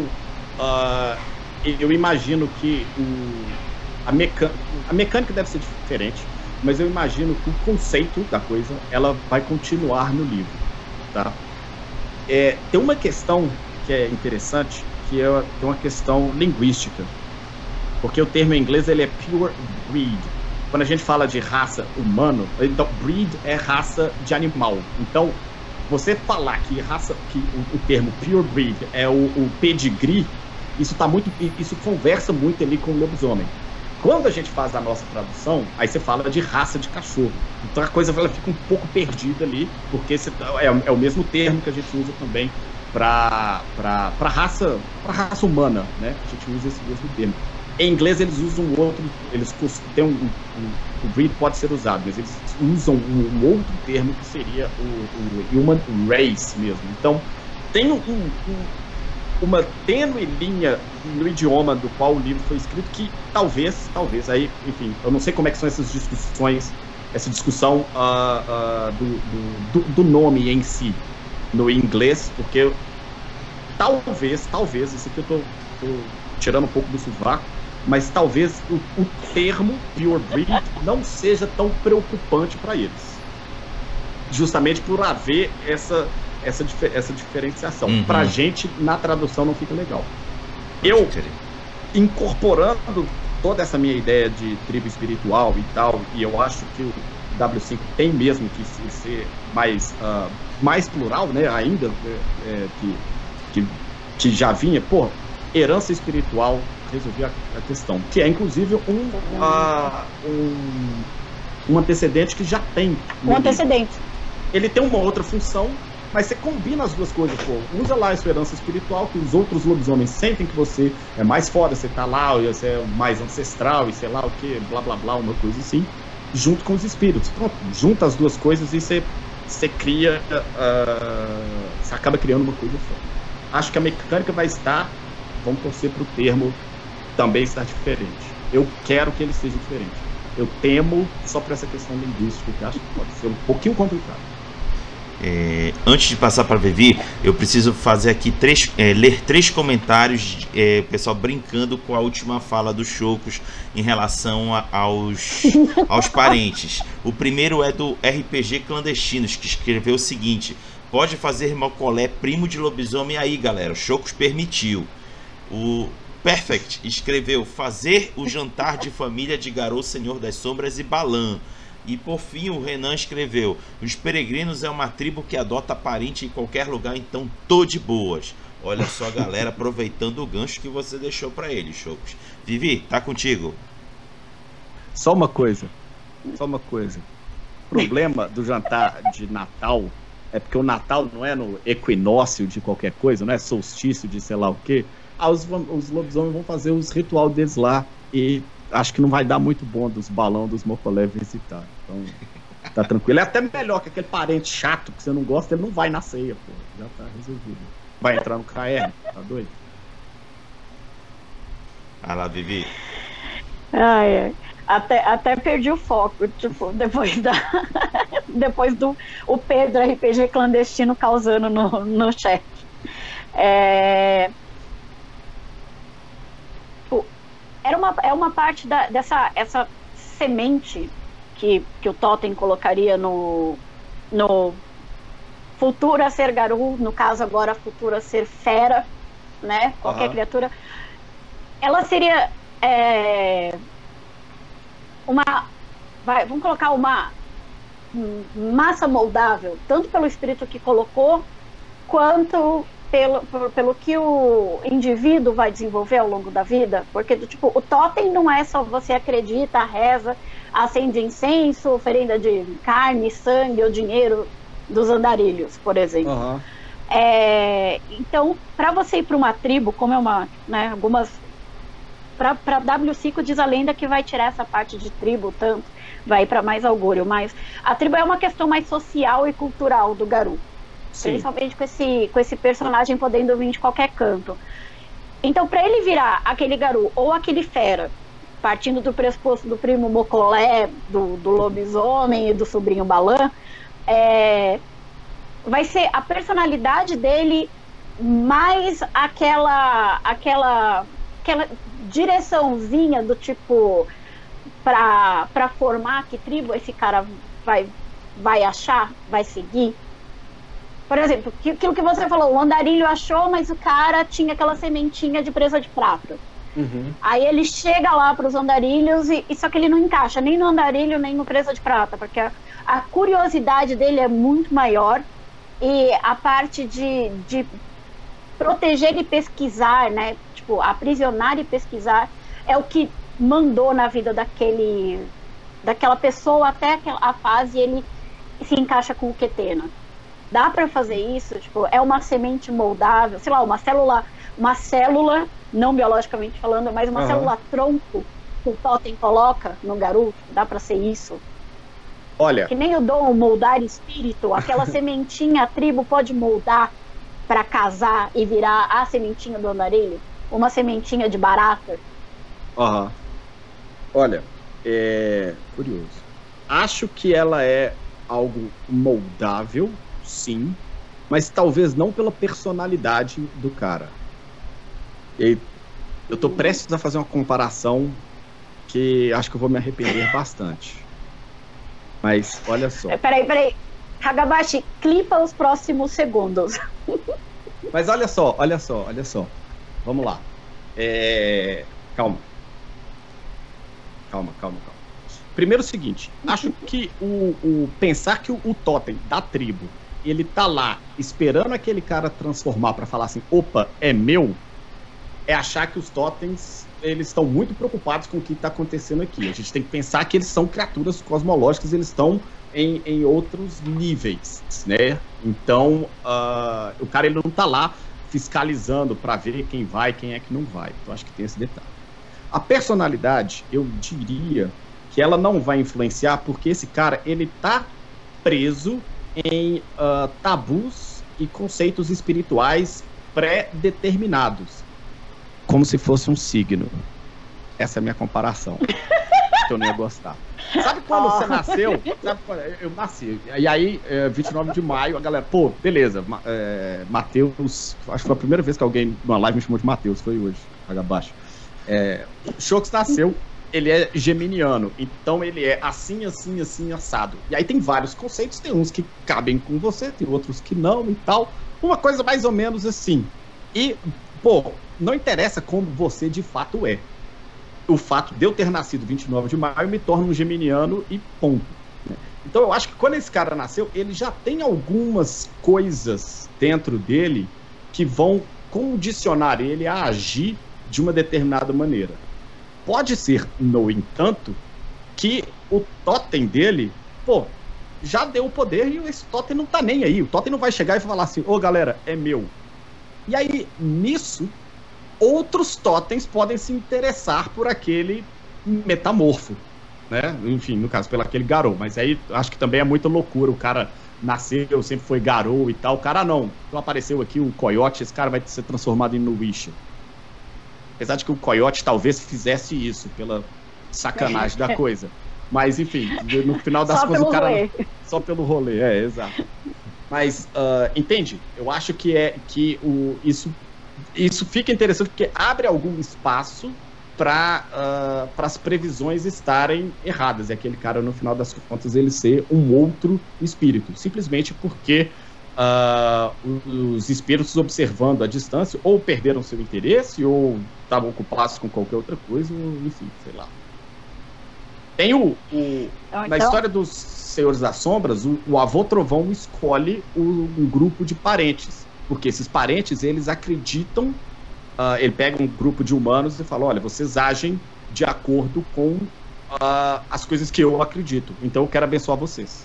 imagino que a mecânica deve ser diferente, mas eu imagino que o conceito da coisa, ela vai continuar no livro, tá? Tem uma questão que é interessante, que é uma questão linguística, porque o termo em inglês ele é pure breed. Quando a gente fala de raça humana, então breed é raça de animal. Então, você falar que o termo pure breed é o pedigree, isso conversa muito ali com o lobisomem. Quando a gente faz a nossa tradução, aí você fala de raça de cachorro. Então a coisa ela fica um pouco perdida ali, porque é o mesmo termo que a gente usa também para raça humana, né? A gente usa esse mesmo termo. Em inglês eles usam outro, eles têm o breed pode ser usado, mas eles usam um outro termo que seria o human race mesmo. Então tem uma tênue linha no idioma do qual o livro foi escrito que talvez aí, enfim, eu não sei como é que são essas discussões, essa discussão do nome em si no inglês, porque talvez, isso aqui eu tô tirando um pouco do sovaco, mas talvez o termo pure breed não seja tão preocupante para eles, justamente por haver essa diferenciação. Uhum. Pra gente, na tradução, não fica legal. Eu, incorporando toda essa minha ideia de tribo espiritual e tal, e eu acho que o W5 tem mesmo que ser mais plural, né, ainda, que já vinha, herança espiritual resolvia a questão, que é inclusive um antecedente que já tem. Um antecedente. Ele tem uma outra função, mas você combina as duas coisas, usa lá a sua herança espiritual, que os outros lobisomens sentem que você é mais foda, você tá lá, você é mais ancestral e sei lá o que, blá blá blá, uma coisa assim, junto com os espíritos. Pronto, junta as duas coisas e você cria, você acaba criando uma coisa só. Acho que a mecânica vai estar, vamos torcer pro termo também estar diferente. Eu quero que ele seja diferente. Eu temo só por essa questão linguística, que acho que pode ser um pouquinho complicado. Antes de passar para a Vivi, eu preciso fazer aqui ler 3 comentários, pessoal brincando com a última fala do Chocos em relação aos parentes. O primeiro é do RPG Clandestinos, que escreveu o seguinte: pode fazer Mocolé primo de lobisomem aí, galera, o Chocos permitiu. O Perfect escreveu fazer o jantar de família de Garou, Senhor das Sombras e Balan. E por fim o Renan escreveu: os peregrinos é uma tribo que adota parente em qualquer lugar, então tô de boas. Olha só, galera, aproveitando o gancho que você deixou para eles, Chocos. Vivi, tá contigo. Só uma coisa. O problema do jantar de Natal é porque o Natal não é no equinócio de qualquer coisa, não é solstício de sei lá o quê. Os lobisomens vão fazer os rituais deles lá e acho que não vai dar muito bom dos balão dos Mocolé visitar. Então, tá tranquilo. É até melhor que aquele parente chato que você não gosta, ele não vai na ceia, pô. Já tá resolvido. Vai entrar no KR, tá doido? Ah lá, Vivi. Ai. Até perdi o foco, tipo, depois do o Pedro RPG clandestino causando no chat. É uma parte essa semente que o Totem colocaria no futuro a ser Garou, no caso agora futuro a ser fera, né? Qualquer criatura. Ela seria vamos colocar uma massa moldável, tanto pelo espírito que colocou, quanto pelo que o indivíduo vai desenvolver ao longo da vida, porque tipo, o totem não é só você acredita, reza, acende incenso, oferenda de carne, sangue ou dinheiro dos andarilhos, por exemplo. Uhum. Então, para você ir para uma tribo, como é uma, né, algumas para W5 diz a lenda que vai tirar essa parte de tribo, tanto vai para mais augúrio, mas a tribo é uma questão mais social e cultural do Garou. Sim. Principalmente com esse personagem podendo vir de qualquer canto. Então, para ele virar aquele Garou ou aquele fera, partindo do pressuposto do primo Mocolé, do lobisomem e do sobrinho Balan, vai ser a personalidade dele mais aquela direçãozinha do tipo para formar que tribo esse cara vai achar, vai seguir. Por exemplo, aquilo que você falou, o andarilho achou, mas o cara tinha aquela sementinha de presa de prata. Uhum. Aí ele chega lá para os andarilhos e só que ele não encaixa nem no andarilho nem no presa de prata, porque a curiosidade dele é muito maior e a parte de proteger e pesquisar, né? Tipo, aprisionar e pesquisar é o que mandou na vida daquela pessoa até a fase ele se encaixa com o Quetena. Dá para fazer isso, tipo, é uma semente moldável, sei lá, uma célula, não biologicamente falando, mas uma célula tronco que o Totem coloca no Garou, dá para ser isso. Olha, que nem o dom moldar espírito, aquela sementinha a tribo pode moldar para casar e virar a sementinha do andarilho, uma sementinha de barata. Olha, curioso. Acho que ela é algo moldável, sim, mas talvez não pela personalidade do cara. E eu tô prestes a fazer uma comparação que acho que eu vou me arrepender bastante. Mas olha só. Peraí. Hagabashi, clipa os próximos segundos. Mas olha só. Vamos lá. Calma. Primeiro o seguinte, acho que pensar que o totem da tribo, ele tá lá esperando aquele cara transformar para falar assim, opa, é meu, é achar que os totens, eles estão muito preocupados com o que tá acontecendo aqui. A gente tem que pensar que eles são criaturas cosmológicas, eles estão em outros níveis, né? Então, o cara ele não tá lá fiscalizando para ver quem vai, quem é que não vai. Então, acho que tem esse detalhe. A personalidade, eu diria que ela não vai influenciar porque esse cara, ele tá preso em tabus e conceitos espirituais pré-determinados. Como se fosse um signo. Essa é a minha comparação. Que eu não ia gostar. Sabe quando você nasceu? Eu nasci. E aí, 29 de maio, a galera, pô, beleza, Matheus, acho que foi a primeira vez que alguém numa live me chamou de Matheus, foi hoje, abaixo. Chocos nasceu, ele é geminiano, então ele é assim, assado. E aí tem vários conceitos, tem uns que cabem com você, tem outros que não e tal. Uma coisa mais ou menos assim. E, pô, não interessa como você de fato é. O fato de eu ter nascido 29 de maio me torna um geminiano e ponto. Então eu acho que quando esse cara nasceu, ele já tem algumas coisas dentro dele que vão condicionar ele a agir de uma determinada maneira. Pode ser, no entanto, que o totem dele, já deu o poder e esse totem não tá nem aí. O totem não vai chegar e falar assim, galera, é meu. E aí, nisso, outros totens podem se interessar por aquele metamorfo, né? Enfim, no caso, pelo aquele Garou. Mas aí, acho que também é muita loucura. O cara nasceu, sempre foi Garou e tal. O cara não. Então apareceu aqui o Coyote, esse cara vai ser transformado em Nowisha. Apesar de que o Coyote talvez fizesse isso, pela sacanagem da coisa. Mas, enfim, no final das contas o cara... Só pelo rolê, exato. Mas, entende? Eu acho que isso fica interessante porque abre algum espaço para as previsões estarem erradas. E aquele cara, no final das contas, ele ser um outro espírito. Simplesmente porque os espíritos, observando a distância, ou perderam seu interesse, ou estavam ocupados com qualquer outra coisa, enfim, sei lá. Tem na história dos Senhores das Sombras, o avô Trovão escolhe um grupo de parentes, porque esses parentes, eles acreditam, ele pega um grupo de humanos e fala, olha, vocês agem de acordo com as coisas que eu acredito, então eu quero abençoar vocês.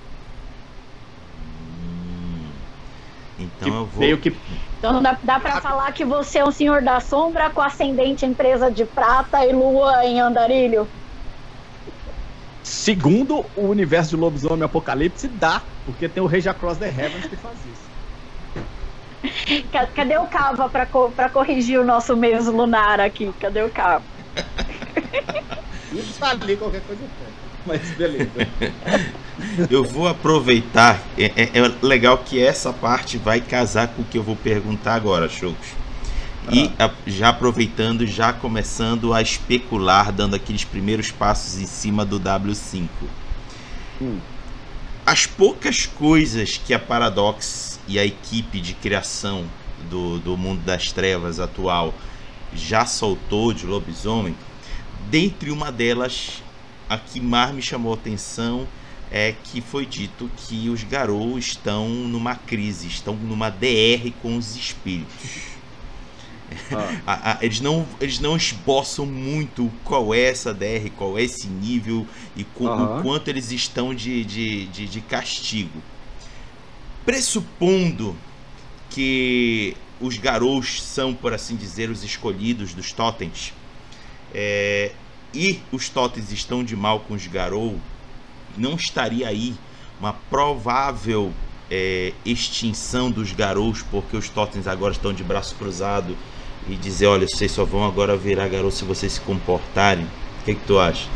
Então eu vou... Então dá pra falar que você é um Senhor da Sombra com ascendente em Presa de Prata e lua em Andarilho? Segundo o universo de Lobisomem Apocalipse, dá, porque tem o Rage Across the Heavens que faz isso. Cadê o Cava pra corrigir o nosso mês lunar aqui? Cadê o Cava? Isso tá ali, qualquer coisa mas beleza. Eu vou aproveitar, é legal que essa parte vai casar com o que eu vou perguntar agora, Chocos. E já aproveitando, já começando a especular, dando aqueles primeiros passos em cima do W5. As poucas coisas que a Paradox e a equipe de criação do Mundo das Trevas atual já soltou de lobisomem, dentre uma delas, a que mais me chamou a atenção é que foi dito que os Garou estão numa crise, estão numa DR com os espíritos. Eles não esboçam muito qual é essa DR, qual é esse nível e o quanto eles estão de castigo. Pressupondo que os Garous são, por assim dizer, os escolhidos dos totens, e os totens estão de mal com os Garou, não estaria aí uma provável extinção dos Garous, porque os totens agora estão de braço cruzado e dizer, olha, vocês só vão agora virar Garou se vocês se comportarem? O que tu acha?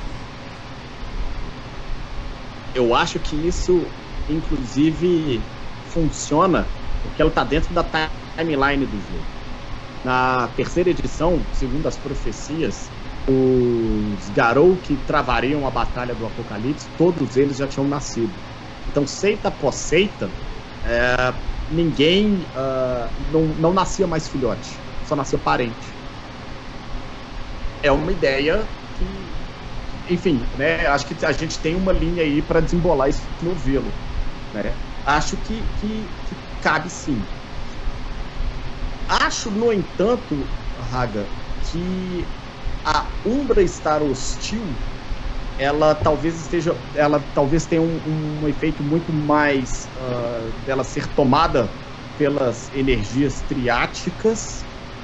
Eu acho que isso, inclusive, funciona porque ela está dentro da timeline do jogo. Na terceira edição, segundo as profecias, os Garou que travariam a batalha do Apocalipse, todos eles já tinham nascido. Então, seita após seita, ninguém não nascia mais filhote, só nascia parente. É uma ideia que, enfim, né, acho que a gente tem uma linha aí para desembolar esse novelo, né? Acho que cabe sim. Acho, no entanto, Raga, que a Umbra estar hostil, ela talvez tenha um efeito muito mais dela ser tomada pelas energias triáticas,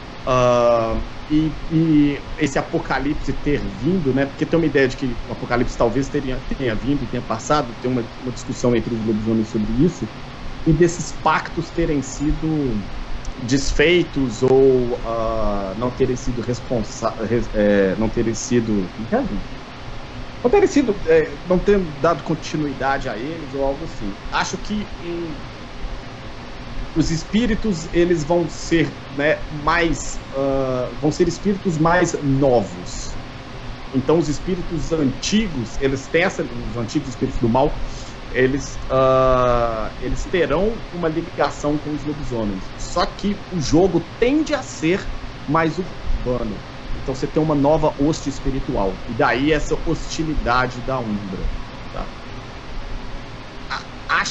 e esse apocalipse ter vindo, né? Porque tem uma ideia de que o apocalipse talvez tenha vindo e tenha passado, tem uma discussão entre os lobisomens sobre isso, e desses pactos terem sido desfeitos ou não terem sido não ter dado continuidade a eles ou algo assim. Acho que os espíritos, eles vão ser, né, vão ser espíritos mais novos. Então os espíritos antigos, eles têm os antigos espíritos do mal, eles terão uma ligação com os lobisomens. Só que o jogo tende a ser mais urbano. Então você tem uma nova hoste espiritual. E daí essa hostilidade da Umbra. Tá?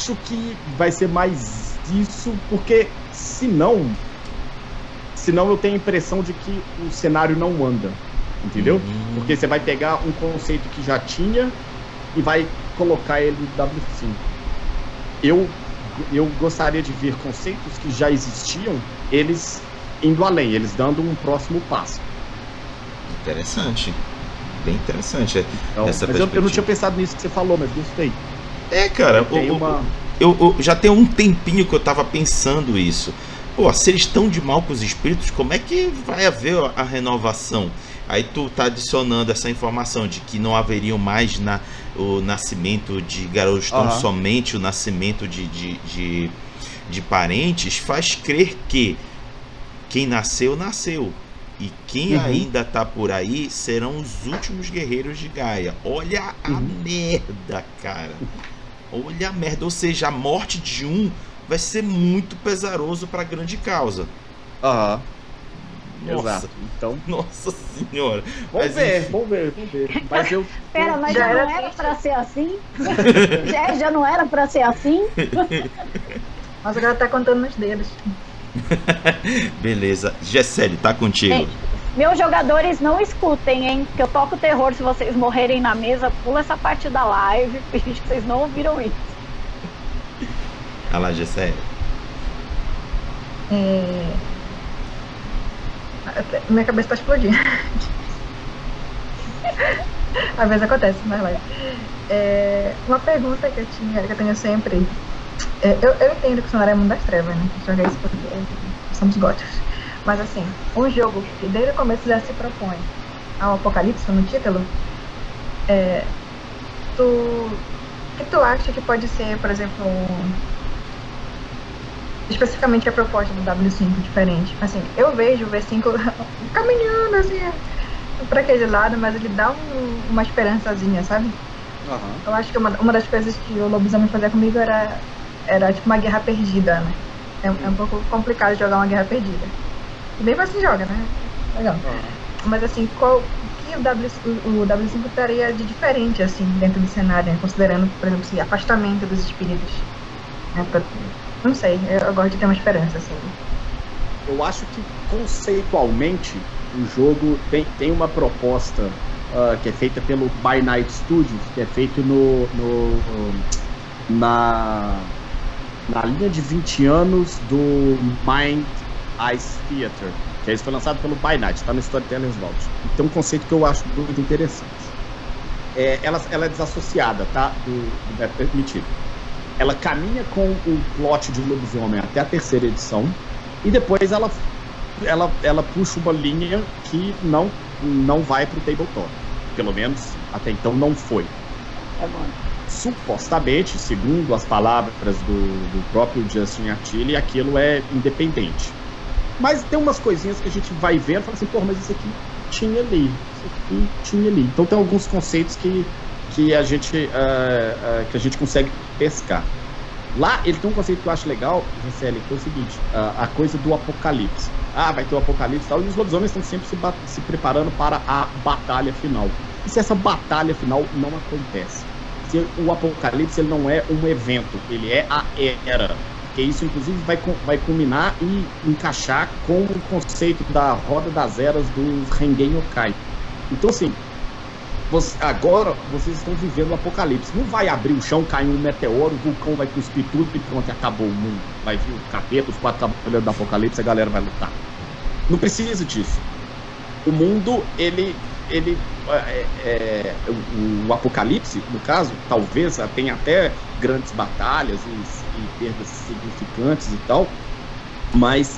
acho que vai ser mais isso, porque senão eu tenho a impressão de que o cenário não anda, entendeu? Porque você vai pegar um conceito que já tinha e vai colocar ele no W5. Eu gostaria de ver conceitos que já existiam, eles indo além, eles dando um próximo passo. Interessante. Bem interessante Então, essa mas eu não tinha pensado nisso que você falou, mas gostei. Cara, eu já tem um tempinho que eu tava pensando isso. Pô, se eles estão de mal com os espíritos, como é que vai haver a renovação? Aí tu tá adicionando essa informação de que não haveriam mais o nascimento de garotos, tão somente o nascimento de parentes, faz crer que quem nasceu, nasceu. E quem ainda tá por aí serão os últimos guerreiros de Gaia. Olha a merda, cara. Olha a merda. Ou seja, a morte de um vai ser muito pesaroso pra grande causa. Nossa. Exato. Então, nossa senhora. Vamos ver. Mas eu... Pera, mas já não era pra ser assim? já não era pra ser assim? Mas agora tá contando nos dedos. Beleza. Gessele, tá contigo. Gente, meus jogadores, não escutem, hein? Que eu toco terror. Se vocês morrerem na mesa, pula essa parte da live. Finge que vocês não ouviram isso. Olha lá, Gessele. Minha cabeça tá explodindo. Às vezes acontece, mas vai. Uma pergunta que eu tenho sempre. Eu entendo que o cenário é mundo das trevas, né? Joguei isso porque somos góticos. Mas assim, um jogo que desde o começo já se propõe ao apocalipse no título, o que tu acha que pode ser, por exemplo, especificamente a proposta do W5 diferente? Assim, eu vejo o V5 caminhando assim pra aquele lado, mas ele dá uma esperançazinha, sabe? Eu acho que uma das coisas que o lobisomem fazia comigo era tipo uma guerra perdida, né? É um pouco complicado jogar uma guerra perdida. E bem assim joga, né? Legal. Mas assim, o que o W5 teria de diferente, assim, dentro do cenário, né? Considerando, por exemplo, assim, afastamento dos espíritos, né? Não sei, eu gosto de ter uma esperança, assim. Eu acho que conceitualmente o jogo tem uma proposta que é feita pelo By Night Studios, que é feito na linha de 20 anos do Mind Ice Theater, que isso foi lançado pelo By Night, está no Storytellers Vault. Tem um conceito que eu acho muito interessante. Ela é desassociada, tá? É permitido. Ela caminha com o plot de lobisomem até a terceira edição e depois ela puxa uma linha que não vai pro tabletop. Pelo menos até então não foi. É bom. Supostamente, segundo as palavras do próprio Justin Artilli, aquilo é independente. Mas tem umas coisinhas que a gente vai vendo e fala assim, porra, mas isso aqui tinha ali. Então tem alguns conceitos que a gente consegue pescar. Lá ele tem um conceito que eu acho legal, Gisele, que é o seguinte, a coisa do apocalipse. Vai ter o apocalipse e tal, e os lobisomens estão sempre se preparando para a batalha final. E se essa batalha final não acontece? Se o apocalipse ele não é um evento, ele é a era. Que isso, inclusive, vai culminar e encaixar com o conceito da roda das eras dos Rengen Yokai. Então, assim, agora vocês estão vivendo o apocalipse. Não vai abrir o chão, cair um meteoro, o vulcão vai cuspir tudo e pronto, acabou o mundo. Vai vir o capeta, os 4 cavaleiros do apocalipse, a galera vai lutar. Não precisa disso. O mundo, o apocalipse, no caso, talvez tenha até grandes batalhas e perdas significantes e tal, mas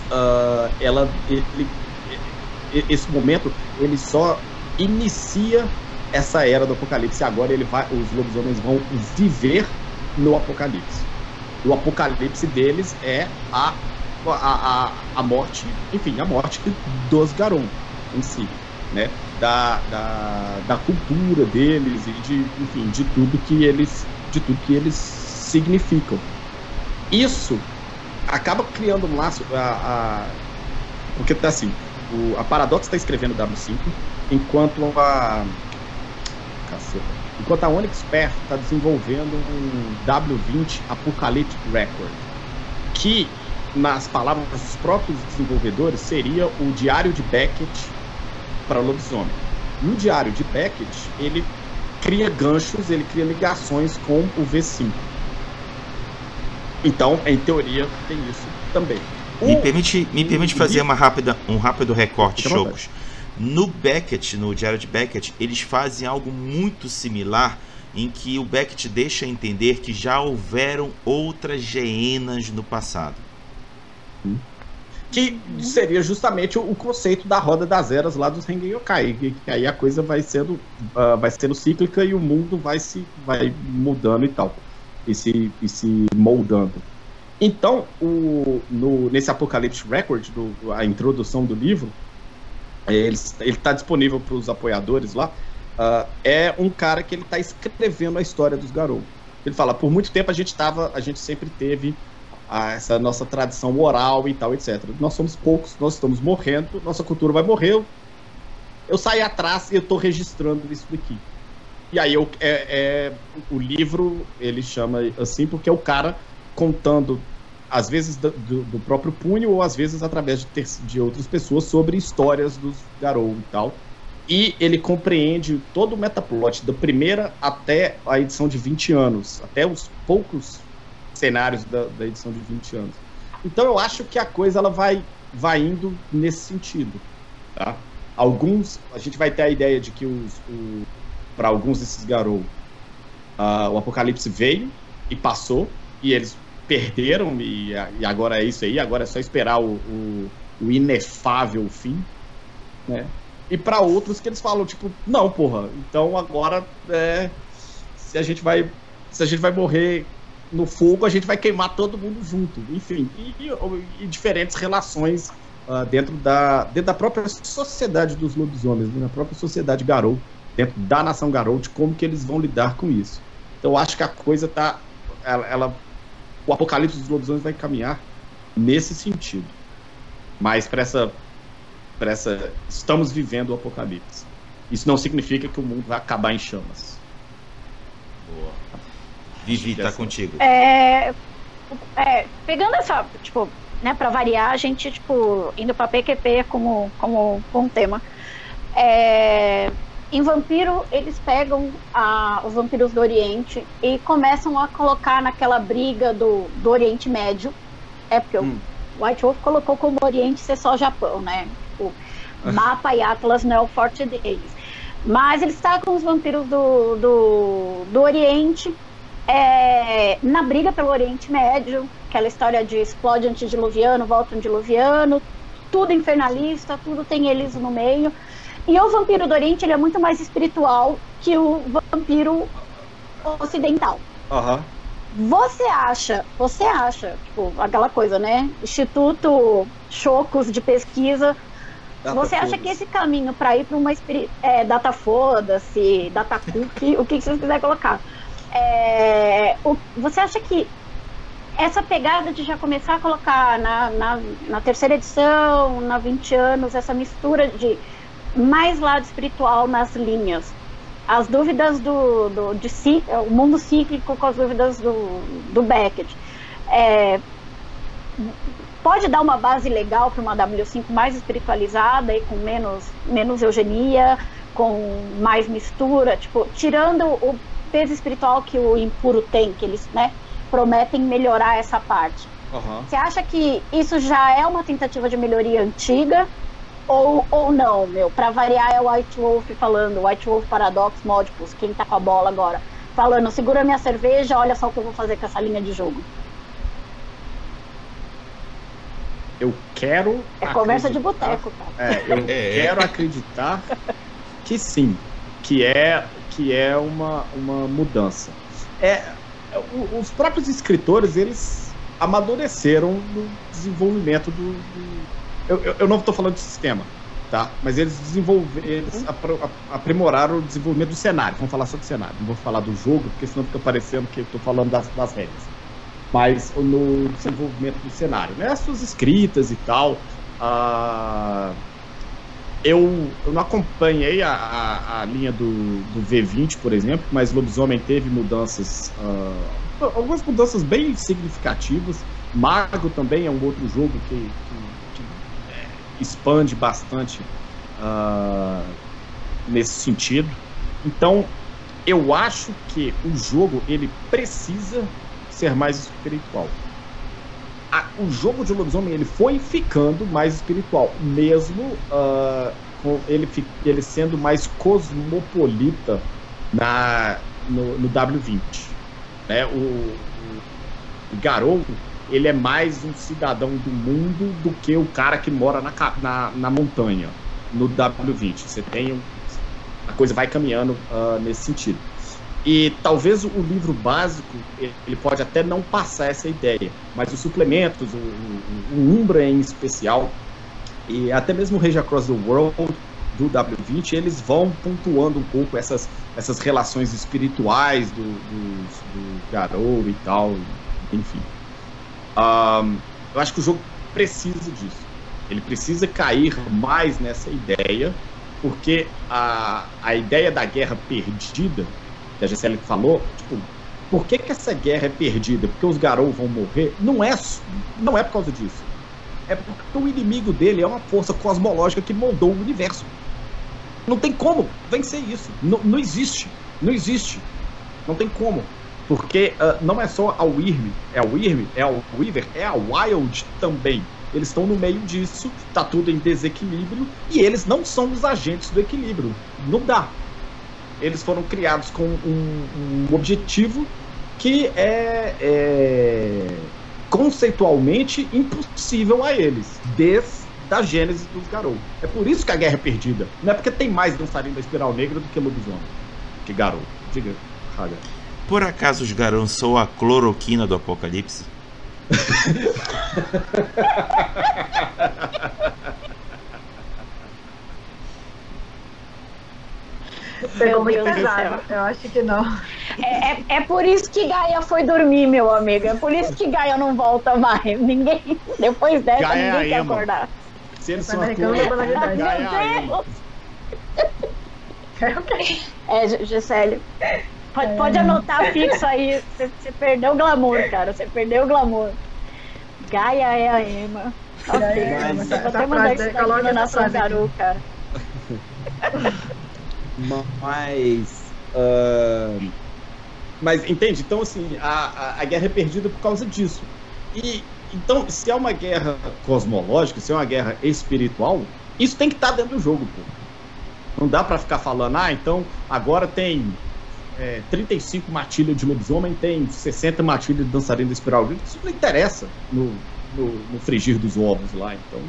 esse momento ele só inicia essa era do apocalipse. Agora os lobisomens vão viver no apocalipse. O apocalipse deles é a morte, enfim, a morte dos Garon em si, né? Da cultura deles e de tudo que eles significam. Isso acaba criando um laço, porque tá assim, a Paradox está escrevendo W5, enquanto caceta. Enquanto a Onyx Path está desenvolvendo um W20 Apocalyptic Record, que, nas palavras dos próprios desenvolvedores, seria o diário de Beckett para lobisomem. E o diário de Beckett, ele cria ganchos, ele cria ligações com o V5. Então, em teoria, tem isso também. Me permite fazer um rápido recorte, Chocos. No Beckett, no diário de Beckett, eles fazem algo muito similar, em que o Beckett deixa entender que já houveram outras Geenas no passado. Que seria justamente o conceito da roda das eras lá dos Rengen Yokai, que aí a coisa vai sendo cíclica e o mundo vai mudando e tal, e se moldando. Então, nesse Apocalypse Record, a introdução do livro, ele está disponível para os apoiadores lá. É um cara que ele está escrevendo a história dos Garou. Ele fala, por muito tempo a gente sempre teve essa nossa tradição oral e tal, etc. Nós somos poucos, nós estamos morrendo, nossa cultura vai morrer. Eu saí atrás e eu estou registrando isso daqui. E aí o livro, ele chama assim porque é o cara contando, às vezes do próprio punho, ou às vezes através de outras pessoas, sobre histórias dos Garou e tal. E ele compreende todo o metaplot, da primeira até a edição de 20 anos, até os poucos cenários da edição de 20 anos. Então eu acho que a coisa ela vai indo nesse sentido. Tá? A gente vai ter a ideia de que para alguns desses Garou, o Apocalipse veio e passou, e eles perderam, e agora é isso aí, agora é só esperar o inefável fim, né? E para outros que eles falam, tipo, não, porra, então agora se a gente vai morrer no fogo, a gente vai queimar todo mundo junto, enfim, e diferentes relações dentro da própria sociedade dos lobisomens, na própria sociedade Garou, dentro da nação Garou, de como que eles vão lidar com isso. Então eu acho que a coisa tá, o apocalipse dos lobisomens vai caminhar nesse sentido. Mas para essa estamos vivendo o apocalipse. Isso não significa que o mundo vai acabar em chamas. Boa. Vivi, tá contigo. Pegando essa, tipo, né, para variar, a gente, tipo, indo para PQP como um tema. Em Vampiro, eles pegam os vampiros do Oriente e começam a colocar naquela briga do Oriente Médio. Porque o White Wolf colocou como Oriente ser só Japão, né? O mapa e Atlas não é o forte deles. Mas eles tacam os vampiros do Oriente na briga pelo Oriente Médio, aquela história de explode antediluviano, volta antediluviano, tudo infernalista, tudo tem eles no meio. E o vampiro do Oriente, ele é muito mais espiritual que o vampiro ocidental. Você acha, tipo, aquela coisa, né? Instituto Chocos de pesquisa. Você acha que esse caminho para ir para uma data foda-se, data cookie, o que vocês quiserem colocar, você acha que essa pegada de já começar a colocar na terceira edição, na 20 anos, essa mistura de mais lado espiritual nas linhas, as dúvidas o mundo cíclico com as dúvidas do Beckett, pode dar uma base legal para uma W5 mais espiritualizada e com menos eugenia, com mais mistura, tipo, tirando o peso espiritual que o Impuro tem, que eles, né, prometem melhorar essa parte. Você acha que isso já é uma tentativa de melhoria antiga? Ou não, para variar é o White Wolf falando, White Wolf Paradox Modipus, quem tá com a bola agora, falando, segura minha cerveja, olha só o que eu vou fazer com essa linha de jogo. Eu quero conversa de boteco, cara. Quero acreditar que sim, que é uma mudança. Os próprios escritores, eles amadureceram no desenvolvimento eu não estou falando de sistema, tá? Mas eles aprimoraram o desenvolvimento do cenário. Vamos falar só do cenário, não vou falar do jogo, porque senão fica parecendo que eu estou falando das regras. Mas no desenvolvimento do cenário, né? As suas escritas e tal. Eu não acompanhei a linha do V20, por exemplo, mas Lobisomem teve mudanças, algumas mudanças bem significativas. Mago também é um outro jogo que expande bastante nesse sentido. Então, eu acho que o jogo ele precisa ser mais espiritual. O jogo de Lobisomem ele foi ficando mais espiritual, mesmo com ele sendo mais cosmopolita no W20. Né? O Garou ele é mais um cidadão do mundo do que o cara que mora na montanha no W20. Você tem a coisa vai caminhando nesse sentido. E talvez o livro básico, ele pode até não passar essa ideia, mas os suplementos, o Umbra em especial, e até mesmo o Rage Across the World do W20, eles vão pontuando um pouco essas relações espirituais do Garou e tal, enfim. Eu acho que o jogo precisa disso. Ele precisa cair mais nessa ideia, porque a ideia da guerra perdida, que a Gisele falou, tipo, por que essa guerra é perdida? Porque os Garou vão morrer? Não é por causa disso. É porque o inimigo dele é uma força cosmológica que moldou o universo. Não tem como vencer isso. Não existe. Não existe. Não tem como. Porque não é só a Wyrm, é a Weaver, é a Wild também. Eles estão no meio disso, tá tudo em desequilíbrio, e eles não são os agentes do equilíbrio. Não dá. Eles foram criados com um objetivo que é conceitualmente impossível a eles, desde a gênese dos Garou. É por isso que a guerra é perdida. Não é porque tem mais dançarino da Espiral Negra do que Lobisomem, que Garou. Diga, Raga. Por acaso os Garou são a cloroquina do apocalipse? Pegou muito pesado. Eu acho que não. É por isso que Gaia foi dormir, meu amigo. É por isso que Gaia não volta mais. Ninguém, depois dessa, Gaia ninguém quer Ema. acordar. Se eles Tá são reclamando da banalidade. Meu Deus! Gisele, pode anotar fixo aí. Você perdeu o glamour, cara. Você perdeu o glamour. Gaia é a Ema. Ok. Gaia é a Ema. Vou Essa até mandar isso frase, daqui coloca na essa Nação frase aqui. Garou, cara. Mas entende? Então, assim, a guerra é perdida por causa disso. E então, se é uma guerra cosmológica, se é uma guerra espiritual, isso tem que estar dentro do jogo, pô. Não dá pra ficar falando, então agora tem 35 matilhas de lobisomem, tem 60 matilhas de dançarino da Espiral. Isso não interessa no frigir dos ovos lá, então.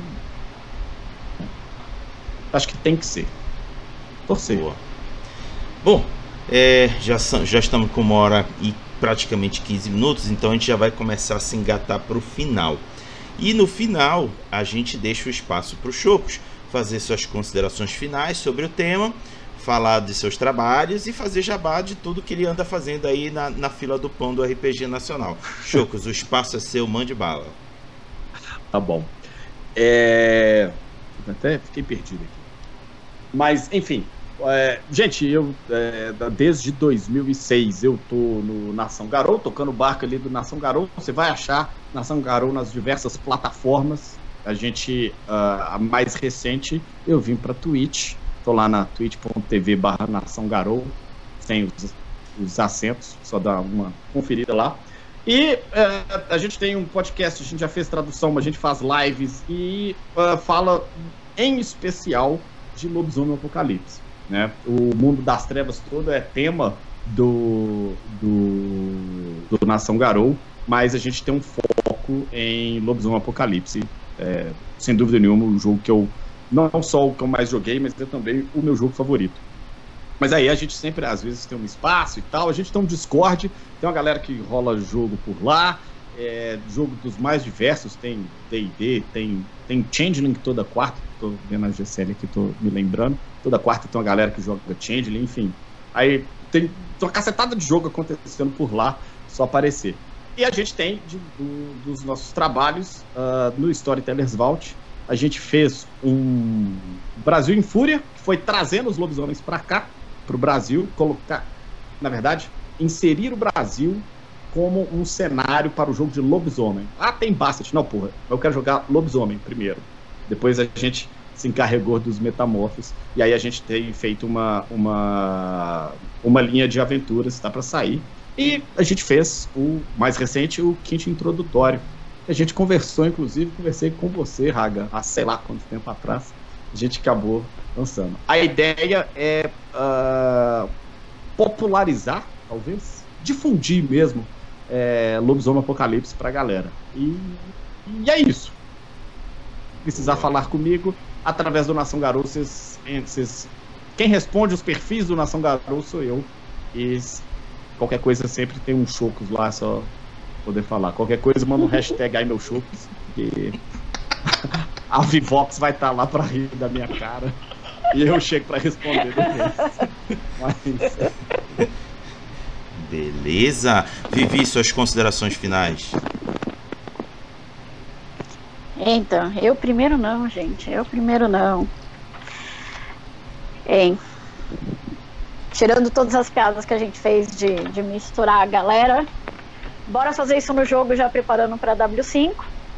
Acho que tem que ser. Torcer. Boa. Bom, já estamos com 1h e praticamente 15 minutos, então a gente já vai começar a se engatar para o final. E no final, a gente deixa o espaço para o Chocos fazer suas considerações finais sobre o tema, falar de seus trabalhos e fazer jabá de tudo que ele anda fazendo aí na fila do pão do RPG Nacional. Chocos, o espaço é seu, mande bala. Tá bom. Até fiquei perdido aqui. Mas, enfim, gente, eu desde 2006 eu tô no Nação Garou, tocando o barco ali do Nação Garou. Você vai achar Nação Garou nas diversas plataformas. A gente, a mais recente, eu vim pra Twitch. Tô lá na twitch.tv/Nação Garou, sem os acentos, só dá uma conferida lá. E a gente tem um podcast, a gente já fez tradução, a gente faz lives e fala em especial de Lobisomem Apocalipse, né? O mundo das trevas todo é tema do Nação Garou, mas a gente tem um foco em Lobisomem Apocalipse, sem dúvida nenhuma, o jogo que eu, não só o que eu mais joguei, mas é também o meu jogo favorito. Mas aí a gente sempre, às vezes, tem um espaço e tal, a gente tem um Discord, tem uma galera que rola jogo por lá, jogo dos mais diversos, tem D&D, tem Changeling toda quarta, tô vendo a GCL aqui, tô me lembrando, toda quarta tem uma galera que joga Changeling, enfim. Aí tem uma cacetada de jogo acontecendo por lá, só aparecer. E a gente tem dos nossos trabalhos no Storytellers Vault, a gente fez um Brasil em Fúria, que foi trazendo os lobisomens para cá, para o Brasil, colocar, na verdade, inserir o Brasil como um cenário para o jogo de lobisomem. Ah, tem Bastet. Não, porra, eu quero jogar lobisomem primeiro. Depois a gente se encarregou dos metamorfos, e aí a gente tem feito uma linha de aventuras, está para sair. E a gente fez o mais recente, o kit introdutório. A gente conversou, inclusive, conversei com você, Raga, há sei lá quanto tempo atrás. A gente acabou lançando. A ideia é popularizar, talvez, difundir mesmo Lobisomem Apocalipse pra galera. E é isso. Precisar falar comigo através do Nação Garou, quem responde os perfis do Nação Garou sou eu. E qualquer coisa sempre tem uns chocos lá, só poder falar. Qualquer coisa, manda um hashtag aí meu chocos, que a Vivox vai estar lá pra rir da minha cara e eu chego pra responder depois. Mas... Beleza. Vivi, suas considerações finais. Então, eu primeiro não, gente. Eu primeiro não. Tirando todas as piadas que a gente fez de misturar a galera, bora fazer isso no jogo, já preparando para W5.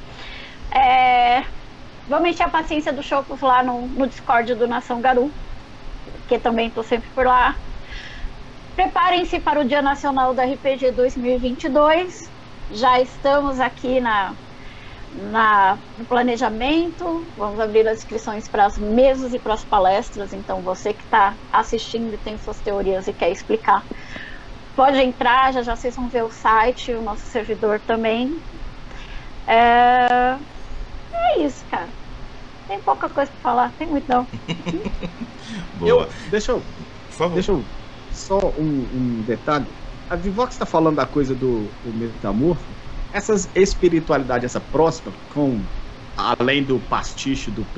Vamos encher a paciência do Chocos lá no Discord do Nação Garou, que também estou sempre por lá. Preparem-se para o Dia Nacional do RPG 2022. Já estamos aqui no planejamento. Vamos abrir as inscrições para as mesas e para as palestras. Então, você que está assistindo e tem suas teorias e quer explicar, pode entrar, já vocês vão ver o site, o nosso servidor também. É isso, cara. Tem pouca coisa para falar, tem muito não. Boa. Deixa eu só um detalhe. A Vivox está falando da coisa do metamorfo. Essa espiritualidade, essa próxima, além do pastiche do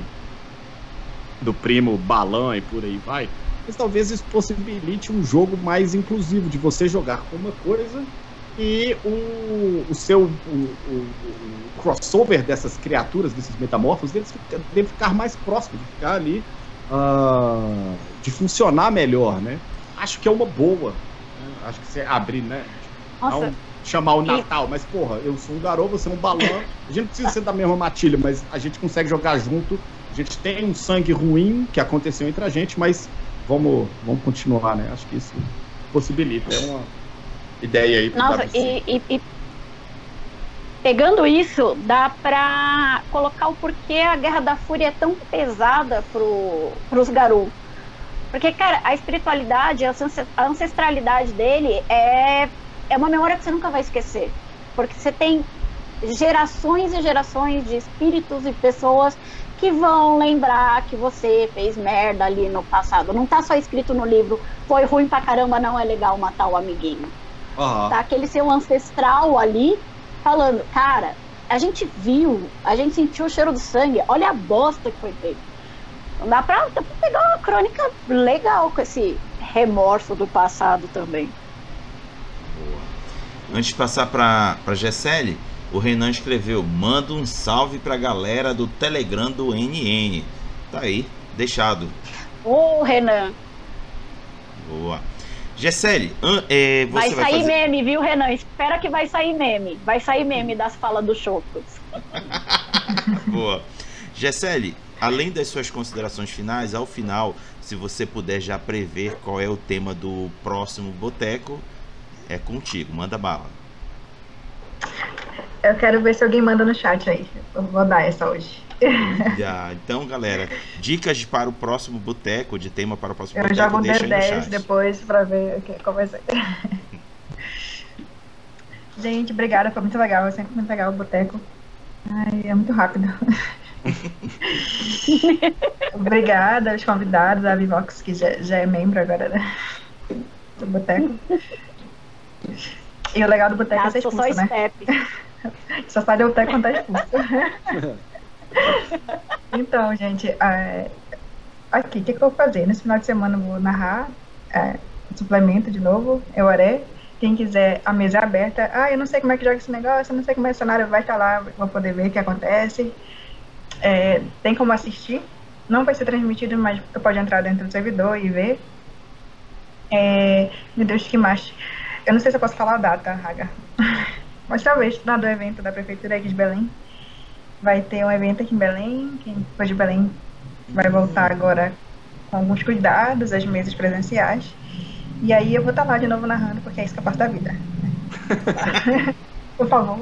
primo Balan e por aí vai, mas talvez isso possibilite um jogo mais inclusivo, de você jogar com uma coisa e o crossover dessas criaturas, desses metamorfos, deve ficar mais próximo, de ficar ali, de funcionar melhor, né? Acho que é uma boa, né? Acho que você abrir, né? Nossa. Chamar o Natal, mas porra, eu sou um garoto, você é um balão, a gente não precisa ser da mesma matilha, mas a gente consegue jogar junto, a gente tem um sangue ruim que aconteceu entre a gente, mas vamos continuar, né? Acho que isso possibilita, é uma ideia aí. Nossa, e pegando isso, dá pra colocar o porquê a Guerra da Fúria é tão pesada pros Garou. Porque, cara, a espiritualidade, a ancestralidade dele é uma memória que você nunca vai esquecer. Porque você tem gerações e gerações de espíritos e pessoas que vão lembrar que você fez merda ali no passado. Não tá só escrito no livro, foi ruim pra caramba, não é legal matar o amiguinho. Uhum. Tá aquele seu ancestral ali falando, cara, a gente viu, a gente sentiu o cheiro do sangue, olha a bosta que foi feita. Não dá pra pegar uma crônica legal com esse remorso do passado também. Boa. Antes de passar pra Gessele, o Renan escreveu: manda um salve pra galera do Telegram do NN. Tá aí, deixado. Ô, Renan. Boa. Gessele, você vai sair fazer... meme, viu, Renan? Espera que vai sair meme. Vai sair meme das falas do Chocos. Boa. Gessele, além das suas considerações finais, ao final, se você puder já prever qual é o tema do próximo boteco, é contigo, manda bala. Eu quero ver se alguém manda no chat aí. Eu vou dar essa hoje. Então, galera, dicas para o próximo boteco, de tema para o próximo boteco, eu já vou deixa ter aí no 10 chat. depois pra ver como vai ser. Gente, obrigada, foi muito legal. É sempre muito legal o boteco. Ai, é muito rápido. Obrigada aos convidados, a Vivox, que já é membro agora, né, do boteco. E o legal do boteco é ser expulso, só né? Só sai do boteco quando tá expulso. Então, gente, aqui, o que eu vou fazer? Nesse final de semana eu vou narrar suplemento de novo, Euré. Quem quiser, a mesa é aberta. Eu não sei como é que joga esse negócio, eu não sei como é o cenário, vai estar lá, vou poder ver o que acontece. tem como assistir. Não vai ser transmitido, mas tu pode entrar dentro do servidor e ver. Meu Deus, que mais? Eu não sei se eu posso falar a data, Raga. Mas talvez, lá do evento da Prefeitura aqui de Belém. Vai ter um evento aqui em Belém. Quem for de Belém vai voltar agora com alguns cuidados, as mesas presenciais. E aí eu vou estar lá de novo narrando, porque é isso que é parte da vida. Por favor.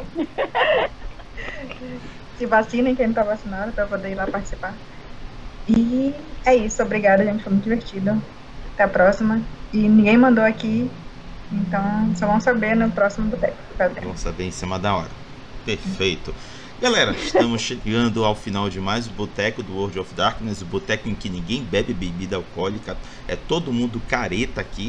Se vacinem quem não está vacinado para poder ir lá participar. E é isso, obrigada, gente, foi muito divertido. Até a próxima. E ninguém mandou aqui, então só vão saber no próximo boteco. Vamos saber em cima da hora. Perfeito. Galera, estamos chegando ao final de mais um boteco do World of Darkness, o boteco em que ninguém bebe bebida alcoólica, é todo mundo careta aqui.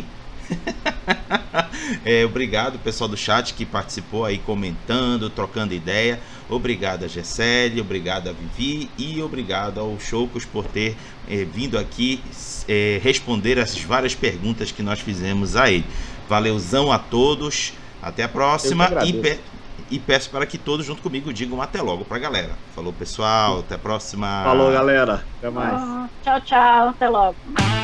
Obrigado pessoal do chat que participou aí comentando, trocando ideia. Obrigado a Gessele, obrigado a Vivi e obrigado ao Chocos por ter vindo aqui responder essas várias perguntas que nós fizemos a ele. Valeuzão a todos, até a próxima e peço para que todos junto comigo digam até logo pra galera. Falou pessoal, até a próxima. Falou galera, até mais. Tchau, tchau, até logo.